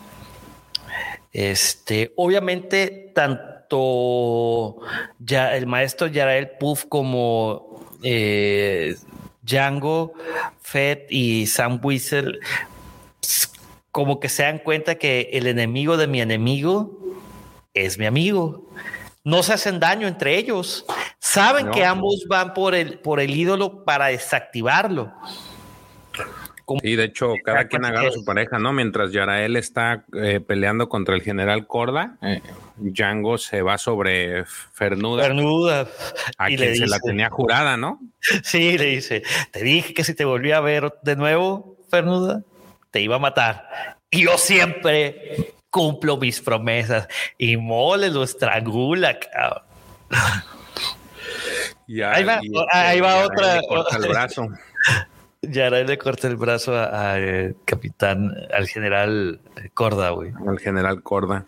Este, obviamente, tanto ya el maestro Yarael Puf como eh, Django, Fett y Sam Whistle como que se dan cuenta que el enemigo de mi enemigo es mi amigo. No se hacen daño entre ellos. Saben no. que ambos van por el, por el ídolo para desactivarlo. Como sí, de hecho, cada quien agarra a su pareja, ¿no? Mientras Yarael está eh, peleando contra el general Corda, eh, Django se va sobre Fernuda. Fernuda. A y quien le se dice, la tenía jurada, ¿no? Sí, le dice, te dije que si te volvía a ver de nuevo, Fernuda, te iba a matar. Y yo siempre cumplo mis promesas. Y Mole lo estrangula, cabrón. Ya, ahí va, y, ahí va Yarael otra. Le corta el brazo. Yarael le corta el brazo al eh, capitán, al general Corda, güey. Al general Corda.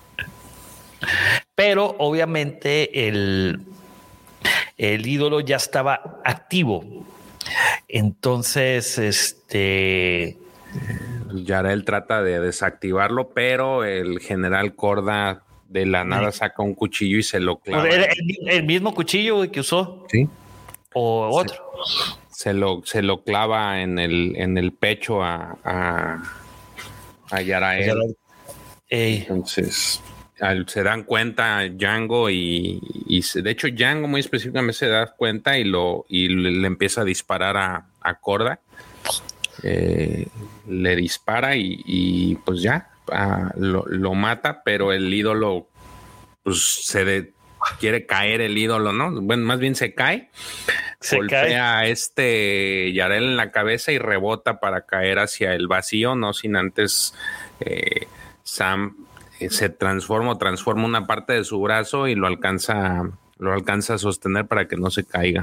Pero obviamente el, el ídolo ya estaba activo. Entonces, este... Yarael trata de desactivarlo, pero el general Corda de la nada saca un cuchillo y se lo clava. ¿Era el, el mismo cuchillo, güey, que usó? Sí. ¿O otro? Se, se lo, se lo clava en el, en el pecho a, a, a Yarael. Entonces, al, se dan cuenta Django y, y se, de hecho Django muy específicamente se da cuenta y, lo, y le, le empieza a disparar a, a Korda. Eh, le dispara y, y pues ya uh, lo, lo mata, pero el ídolo pues se de, quiere caer el ídolo, ¿no? Bueno, más bien se cae, se golpea cae. a este Yarel en la cabeza y rebota para caer hacia el vacío, no sin antes eh, Sam eh, se transforma, transforma una parte de su brazo y lo alcanza, lo alcanza a sostener para que no se caiga.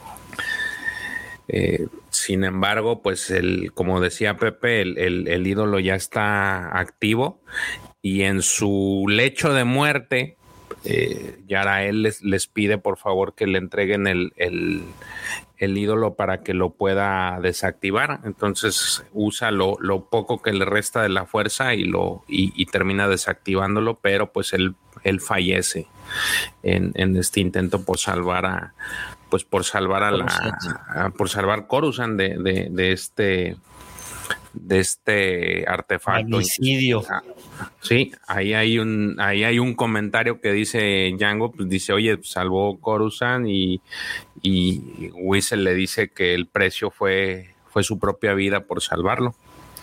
Eh, sin embargo, pues el, como decía Pepe, el, el, el ídolo ya está activo y en su lecho de muerte, eh, Yarael les, les pide por favor que le entreguen el, el, el ídolo para que lo pueda desactivar. Entonces usa lo, lo poco que le resta de la fuerza y lo y, y termina desactivándolo, pero pues él, él fallece en, en este intento por salvar a pues por salvar a la a, por salvar Coruscant de, de, de este de este artefacto. Magnicidio. Sí, ahí hay un ahí hay un comentario que dice Django, pues dice, oye, salvó Coruscant y, y Whistler le dice que el precio fue, fue su propia vida por salvarlo.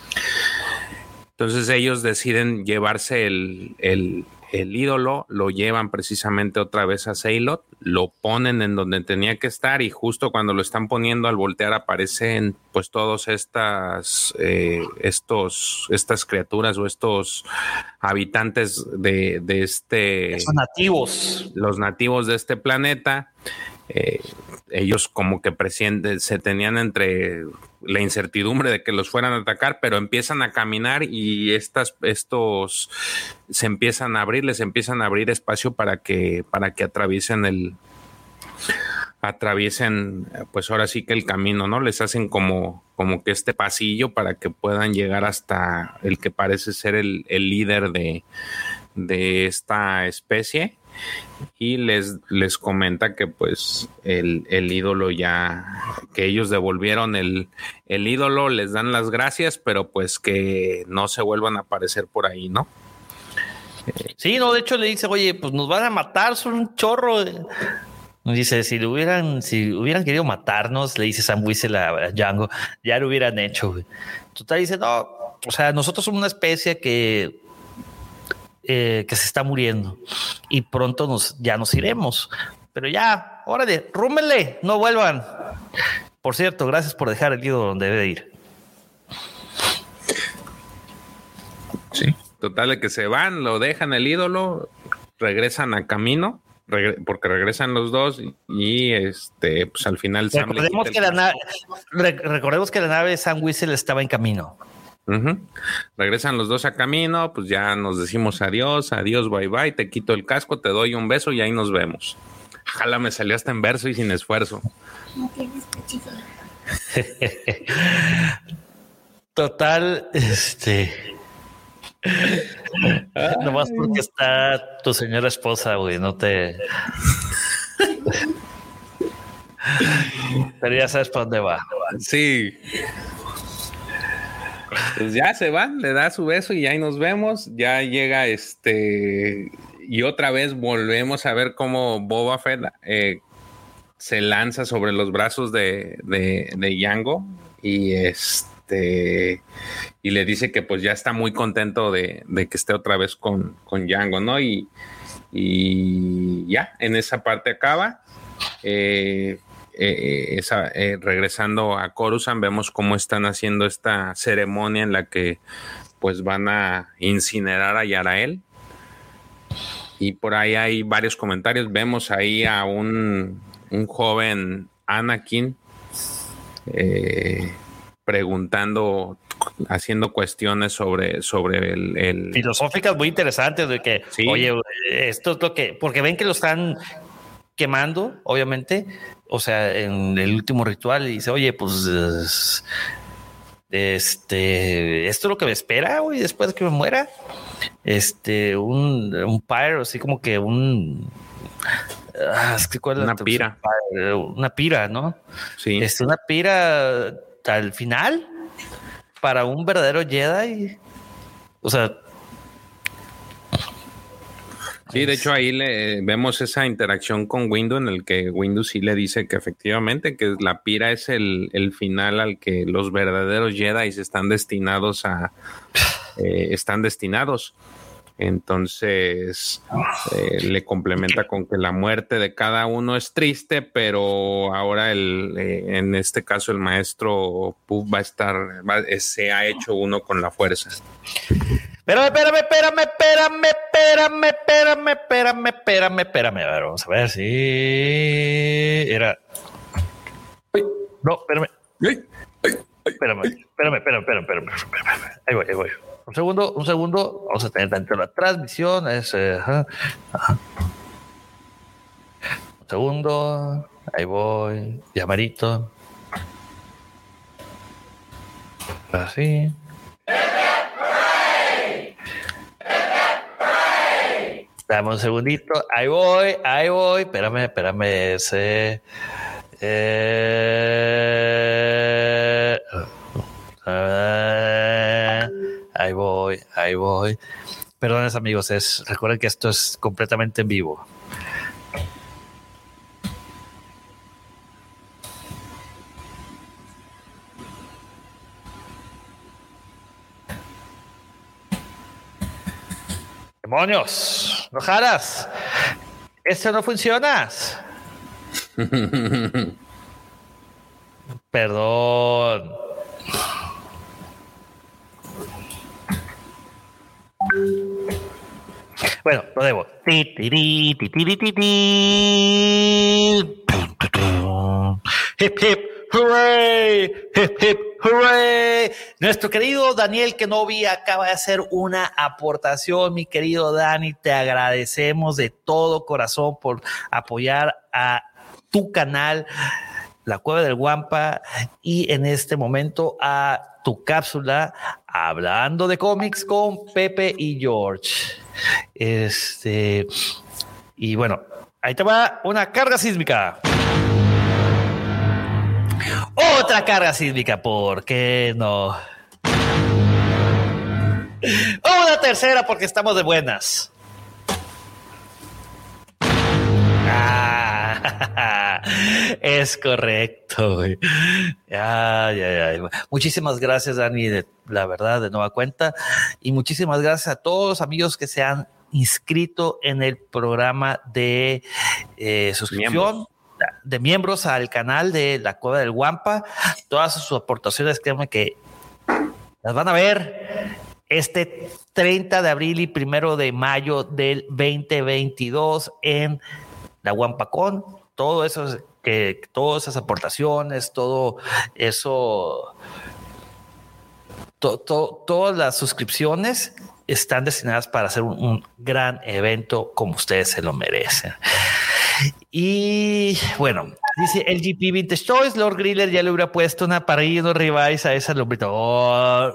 Entonces ellos deciden llevarse el, el, el ídolo, lo llevan precisamente otra vez a Seilot, lo ponen en donde tenía que estar y justo cuando lo están poniendo al voltear aparecen pues todos estas eh, estos estas criaturas o estos habitantes de, de este Esos nativos los nativos de este planeta. Eh, ellos como que presienten, se tenían entre la incertidumbre de que los fueran a atacar, pero empiezan a caminar y estas, estos se empiezan a abrir, les empiezan a abrir espacio para que, para que atraviesen el atraviesen pues ahora sí que el camino, ¿no? Les hacen como, como que este pasillo para que puedan llegar hasta el que parece ser el, el líder de, de esta especie. Y les, les comenta que pues el, el ídolo ya, que ellos devolvieron el, el ídolo, les dan las gracias, pero pues que no se vuelvan a aparecer por ahí, ¿no? Sí, no, de hecho le dice, oye, pues nos van a matar, son un chorro. Nos dice, si lo hubieran, si hubieran querido matarnos, le dice Sam Whistle a Django, ya lo hubieran hecho. Total dice, no, o sea, nosotros somos una especie que Eh, que se está muriendo y pronto nos, ya nos iremos, pero ya, órale, rúmenle, no vuelvan. Por cierto, gracias por dejar el ídolo donde debe ir. Sí, total de que se van, lo dejan el ídolo, regresan a camino, regre- porque regresan los dos y, y este, pues al final Sam recordemos que la nave, re- recordemos que la nave de Sam Whistle estaba en camino. Uh-huh. Regresan los dos a camino, pues ya nos decimos adiós, adiós, bye bye, te quito el casco, te doy un beso y ahí nos vemos. Ojalá me salió hasta en verso y sin esfuerzo. No tienes cachito. Total, este nomás porque está tu señora esposa, güey, no te pero ya sabes para dónde va. Sí. Pues ya se van, le da su beso y ahí nos vemos. Ya llega este y otra vez volvemos a ver cómo Boba Fett eh, se lanza sobre los brazos de, de, de Django y este y le dice que pues ya está muy contento de, de que esté otra vez con, con Django, ¿no? Y, y ya, en esa parte acaba. Eh, Eh, esa, eh, regresando a Coruscant, vemos cómo están haciendo esta ceremonia en la que pues van a incinerar a Yarael y por ahí hay varios comentarios. Vemos ahí a un, un joven Anakin eh, preguntando, haciendo cuestiones sobre, sobre el, el... filosóficas muy interesantes de que, sí. Oye, esto es lo que, porque ven que lo están quemando, obviamente, o sea, en el último ritual y dice, oye, pues este, esto es lo que me espera, güey, después de que me muera. Este, un, un pyre, así como que un Ah, es que ¿cuál es Una la pira. Una pira, ¿no? Sí. Es una pira al final para un verdadero Jedi. O sea. Sí, de hecho ahí le vemos esa interacción con Windu en el que Windu sí le dice que efectivamente que la pira es el, el final al que los verdaderos Jedi están destinados a eh, están destinados. Entonces eh, le complementa con que la muerte de cada uno es triste, pero ahora el eh, en este caso el maestro Puff va a estar, va, se ha hecho uno con la fuerza. Espérame, espérame, espérame, espérame, espérame, espérame, espérame, espérame, espérame. A ver, vamos a ver si era. Uy, no, espérame. Ay, ay, ay, espérame, ay. espérame, espérame, espérame, espérame, espérame. Ahí voy, ahí voy. Un segundo, un segundo. Vamos a tener tanto la transmisión. Es, eh, ajá, ajá. Un segundo. Ahí voy. Llamarito. Así. Dame un segundito. Ahí voy, ahí voy. Espérame, espérame. Ese. Eh, uh, ahí voy, ahí voy. Perdones, amigos. Es, recuerden que esto es completamente en vivo. ¡Demonios! ¡No jaras! ¡Esto no funciona! Perdón. Bueno, lo debo. Hip, hip, hooray, hip, hip, hooray. Nuestro querido Daniel Kenobi acaba de hacer una aportación. Mi querido Dani, te agradecemos de todo corazón por apoyar a tu canal, La Cueva del Wampa, y en este momento a tu cápsula Hablando de Cómics con Pepe y George. Este, y bueno, ahí te va una carga sísmica. Otra carga sísmica, ¿por qué no? Una tercera porque estamos de buenas. Ah, es correcto, güey. Ay, ay, ay. Muchísimas gracias, Dani, de, la verdad, de nueva cuenta. Y muchísimas gracias a todos los amigos que se han inscrito en el programa de eh, suscripción. Miembros. De miembros al canal de La Cueva del Wampa. Todas sus aportaciones, créanme que las van a ver este treinta de abril y primero de mayo del veinte veintidós en la WampaCon. Todo eso, que todas esas aportaciones, todo eso, to, to, todas las suscripciones están destinadas para hacer un, un gran evento como ustedes se lo merecen. Y bueno, dice L G P Vintage Toys, Lord Griller ya le hubiera puesto una parrilla y unos ribeyes a esa lombrita. Oh,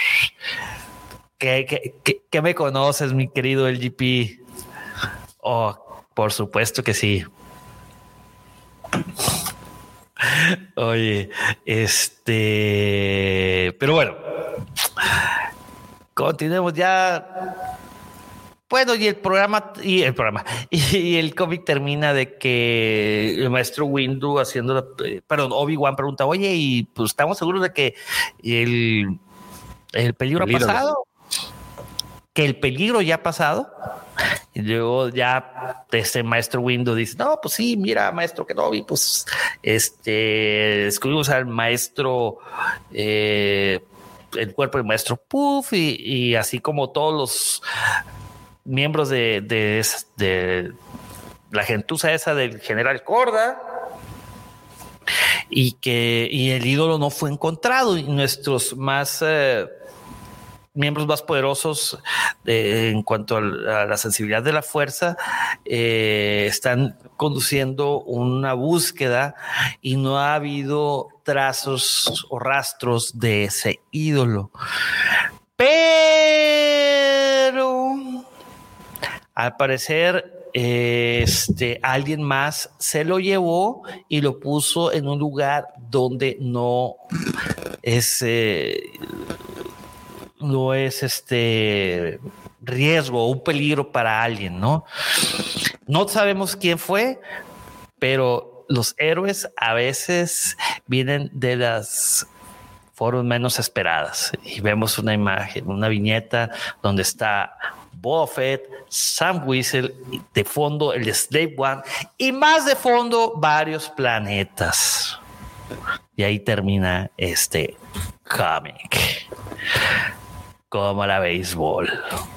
¿qué, qué, qué, ¿Qué me conoces, mi querido L G P? Oh, por supuesto que sí. Oye, este, pero bueno, continuemos ya. Bueno, y el programa, y el programa, y el cómic termina de que el maestro Windu haciendo, perdón, Obi-Wan pregunta, oye, y pues estamos seguros de que el, el peligro el ha pasado, que el peligro ya ha pasado. Y luego ya este maestro Windu dice, no, pues sí, mira, maestro Kenobi, pues este, descubrimos al maestro, eh, el cuerpo del maestro Puff, y, y así como todos los miembros de, de, de la gentuza esa del general Corda, y que y el ídolo no fue encontrado, y nuestros más eh, miembros más poderosos eh, en cuanto a la, a la sensibilidad de la fuerza eh, están conduciendo una búsqueda y no ha habido trazos o rastros de ese ídolo. Pero al parecer este, alguien más se lo llevó y lo puso en un lugar donde no es, eh, no es este riesgo, un peligro para alguien, ¿no? No sabemos quién fue, pero los héroes a veces vienen de las formas menos esperadas. Y vemos una imagen, una viñeta donde está Boba Fett, Sam Whistle, de fondo el Slave One y más de fondo varios planetas. Y ahí termina este cómic. Como la béisbol.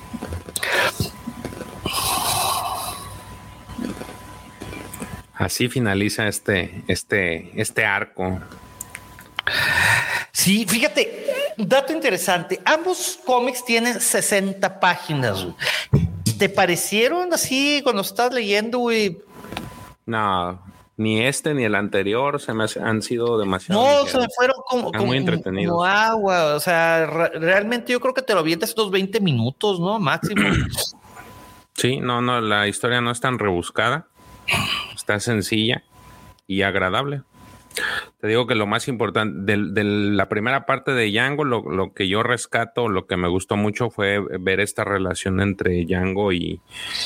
Así finaliza este, este, este arco. Sí, fíjate, dato interesante. Ambos cómics tienen sesenta páginas. ¿Te parecieron así cuando estás leyendo, güey? No, ni este ni el anterior se me hace, han sido demasiado. No, se me fueron como, como muy entretenidos. Como agua. O sea, re- realmente yo creo que te lo avientas unos veinte minutos, ¿no? Máximo. Sí, no, no, la historia no es tan rebuscada. Está sencilla y agradable. Te digo que lo más importante de, de la primera parte de Django, lo, lo que yo rescato, lo que me gustó mucho fue ver esta relación entre Django y,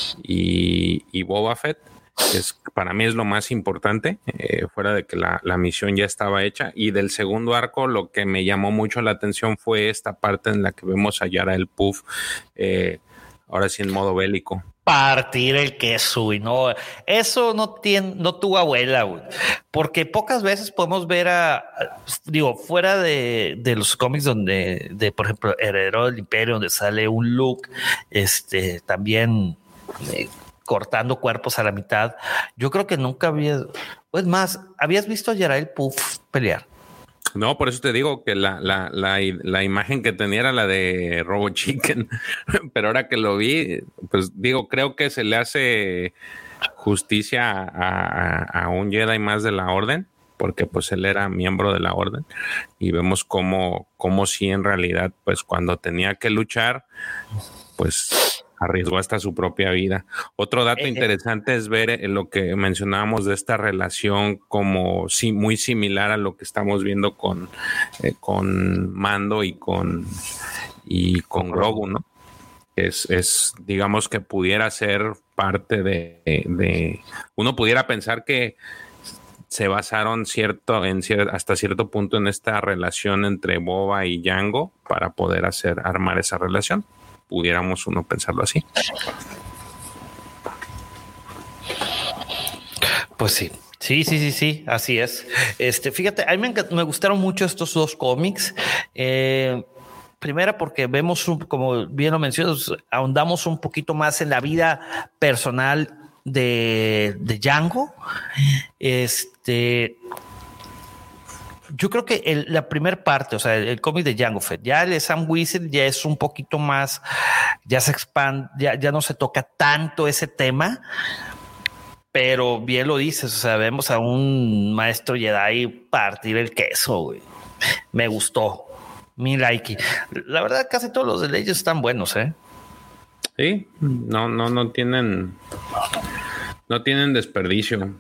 y, y Boba Fett. Es, para mí es lo más importante, eh, fuera de que la, la misión ya estaba hecha. Y del segundo arco, lo que me llamó mucho la atención fue esta parte en la que vemos a Yara el Puff, eh, ahora sí en modo bélico. Partir el queso, y no, eso no tiene, no tuvo abuela, güey. Porque pocas veces podemos ver a, digo, fuera de, de los cómics donde, de por ejemplo, Heredero del Imperio, donde sale un Luke, este, también eh, cortando cuerpos a la mitad. Yo creo que nunca había, pues más, ¿habías visto a Yarael Puff pelear? No, por eso te digo que la, la, la, la imagen que tenía era la de Robo Chicken, pero ahora que lo vi, pues digo, creo que se le hace justicia a, a, a un Jedi más de la Orden, porque pues él era miembro de la Orden, y vemos cómo, cómo sí en realidad, pues cuando tenía que luchar, pues arriesgó hasta su propia vida. Otro dato eh, interesante es ver eh, lo que mencionábamos de esta relación como sí, muy similar a lo que estamos viendo con, eh, con Mando y con, y con Grogu, ¿no? Es, es, digamos que pudiera ser parte de, de, uno pudiera pensar que se basaron cierto, en cier, hasta cierto punto en esta relación entre Boba y Django para poder hacer, armar esa relación. Pudiéramos uno pensarlo así. Pues sí, sí, sí, sí, sí, así es. Este, fíjate, a mí me, me gustaron mucho estos dos cómics. Eh, primera porque vemos, un, como bien lo mencionas, ahondamos un poquito más en la vida personal de, de Django. Este... Yo creo que el, la primera parte, o sea, el, el cómic de Jango Fett, ya el de Sam Whistle ya es un poquito más, ya se expande, ya, ya no se toca tanto ese tema, pero bien lo dices, o sea, vemos a un maestro Jedi partir el queso, güey. Me gustó, mi like. La verdad, casi todos los de ellos están buenos, ¿eh? Sí, no, no, no tienen, no tienen desperdicio.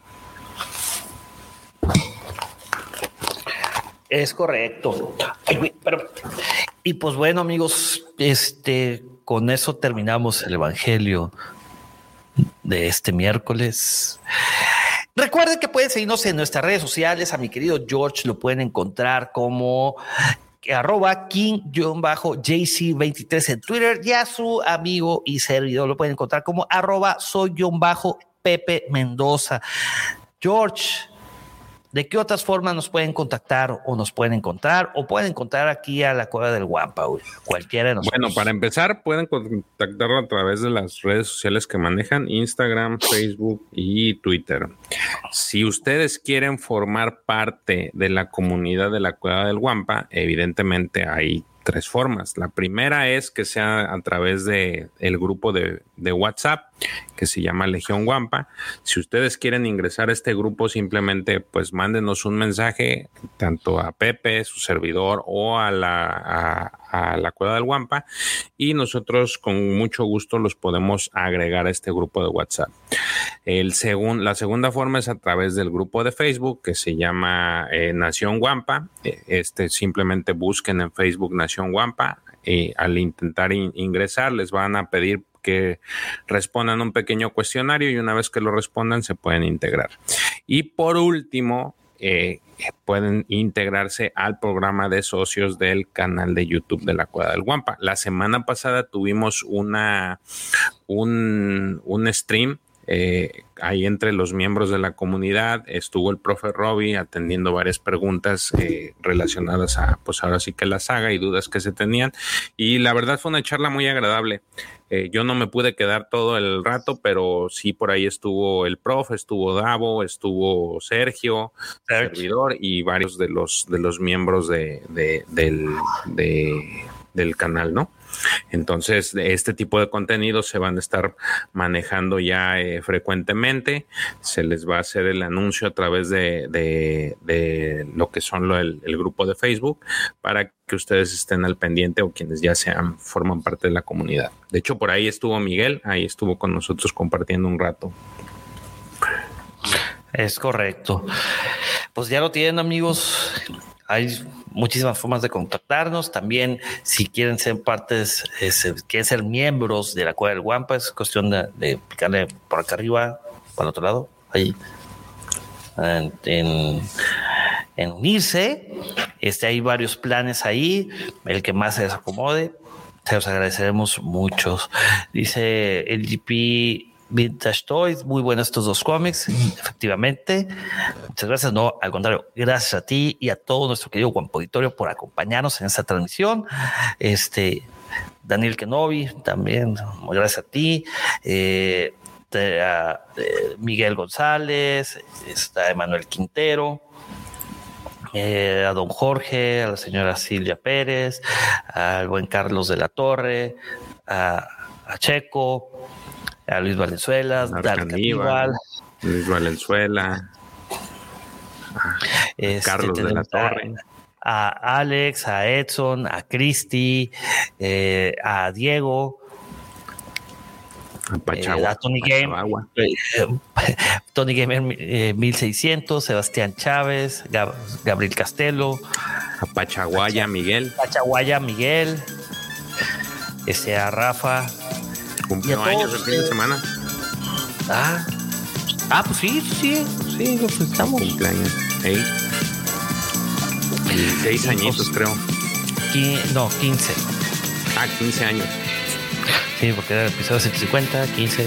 Es correcto. Pero, y pues bueno, amigos, este, con eso terminamos el Evangelio de este miércoles. Recuerden que pueden seguirnos en nuestras redes sociales. A mi querido George lo pueden encontrar como arroba king-J C veintitrés en Twitter, y a su amigo y servidor lo pueden encontrar como arroba soy-Pepe Mendoza. George, ¿de qué otras formas nos pueden contactar o nos pueden encontrar o pueden encontrar aquí a la Cueva del Wampa? Cualquiera de nosotros. Bueno, para empezar, pueden contactarlo a través de las redes sociales que manejan: Instagram, Facebook y Twitter. Si ustedes quieren formar parte de la comunidad de la Cueva del Wampa, evidentemente hay tres formas. La primera es que sea a través de el grupo de, de WhatsApp que se llama Legión Wampa. Si ustedes quieren ingresar a este grupo, simplemente pues mándenos un mensaje tanto a Pepe, su servidor, o a la, a, a la Cueva del Guampa y nosotros con mucho gusto los podemos agregar a este grupo de WhatsApp. El segun, la segunda forma es a través del grupo de Facebook que se llama eh, Nación Guampa. Este, simplemente busquen en Facebook Nación Guampa y al intentar in, ingresar les van a pedir que respondan un pequeño cuestionario y una vez que lo respondan se pueden integrar. Y por último, eh, pueden integrarse al programa de socios del canal de YouTube de la Cueva del Guampa. La semana pasada tuvimos una un, un stream Eh, ahí entre los miembros de la comunidad. Estuvo el profe Robbie atendiendo varias preguntas eh, relacionadas a, pues ahora sí que la saga y dudas que se tenían, y la verdad fue una charla muy agradable. Eh, yo no me pude quedar todo el rato, pero sí por ahí estuvo el profe, estuvo Davo, estuvo Sergio, Sergio. servidor y varios de los de los miembros de, de, del, de, del canal, ¿no? Entonces, este tipo de contenidos se van a estar manejando ya eh, frecuentemente. Se les va a hacer el anuncio a través de, de, de lo que son lo, el, el grupo de Facebook para que ustedes estén al pendiente o quienes ya sean, forman parte de la comunidad. De hecho, por ahí estuvo Miguel, ahí estuvo con nosotros compartiendo un rato. Es correcto. Pues ya lo tienen, amigos. Hay muchísimas formas de contactarnos. También, si quieren ser partes, eh, quieren ser miembros de la Cueva del Guampa, es cuestión de, de picarle por acá arriba, para el otro lado, ahí, en, en, en unirse. Este, hay varios planes ahí, el que más se les acomode. Se los agradeceremos muchos. Dice el G P Vintage Toys, muy buenos estos dos cómics, efectivamente. Muchas gracias, no, al contrario, gracias a ti y a todo nuestro querido Guampa Auditorio por acompañarnos en esta transmisión. Este, Daniel Kenobi, también, gracias a ti. Eh, te, a, eh, Miguel González, está Emanuel Quintero. Eh, a don Jorge, a la señora Silvia Pérez, al buen Carlos de la Torre, a, a Checo, a Luis Valenzuela, Dar Caníbal, Luis Valenzuela, a este, Carlos de la Torre, a Alex, a Edson, a Cristi, eh, a Diego, a Pachagua, eh, a Tony Game, eh, Tony Gamer eh, mil seiscientos, Sebastián Chávez, Gab- Gabriel Castelo, a Pachaguaya, Pacha- Miguel, Pachaguaya Miguel, este, a Rafa. Cumplió años el fin de semana. Ah, ah pues sí, sí, sí, lo felicitamos. Cumpleaños. Hey. Seis añitos, creo. Qui- no, quince. Ah, quince años. Sí, porque era el episodio ciento cincuenta, quince.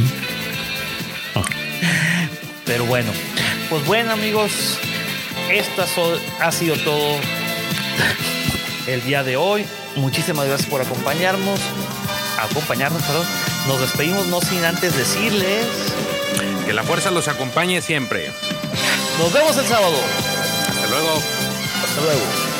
Pero bueno, pues bueno, amigos, esto ha sido todo el día de hoy. Muchísimas gracias por acompañarnos. acompañarnos, perdón. Nos despedimos no sin antes decirles que la fuerza los acompañe siempre. Nos vemos el sábado. Hasta luego. Hasta luego.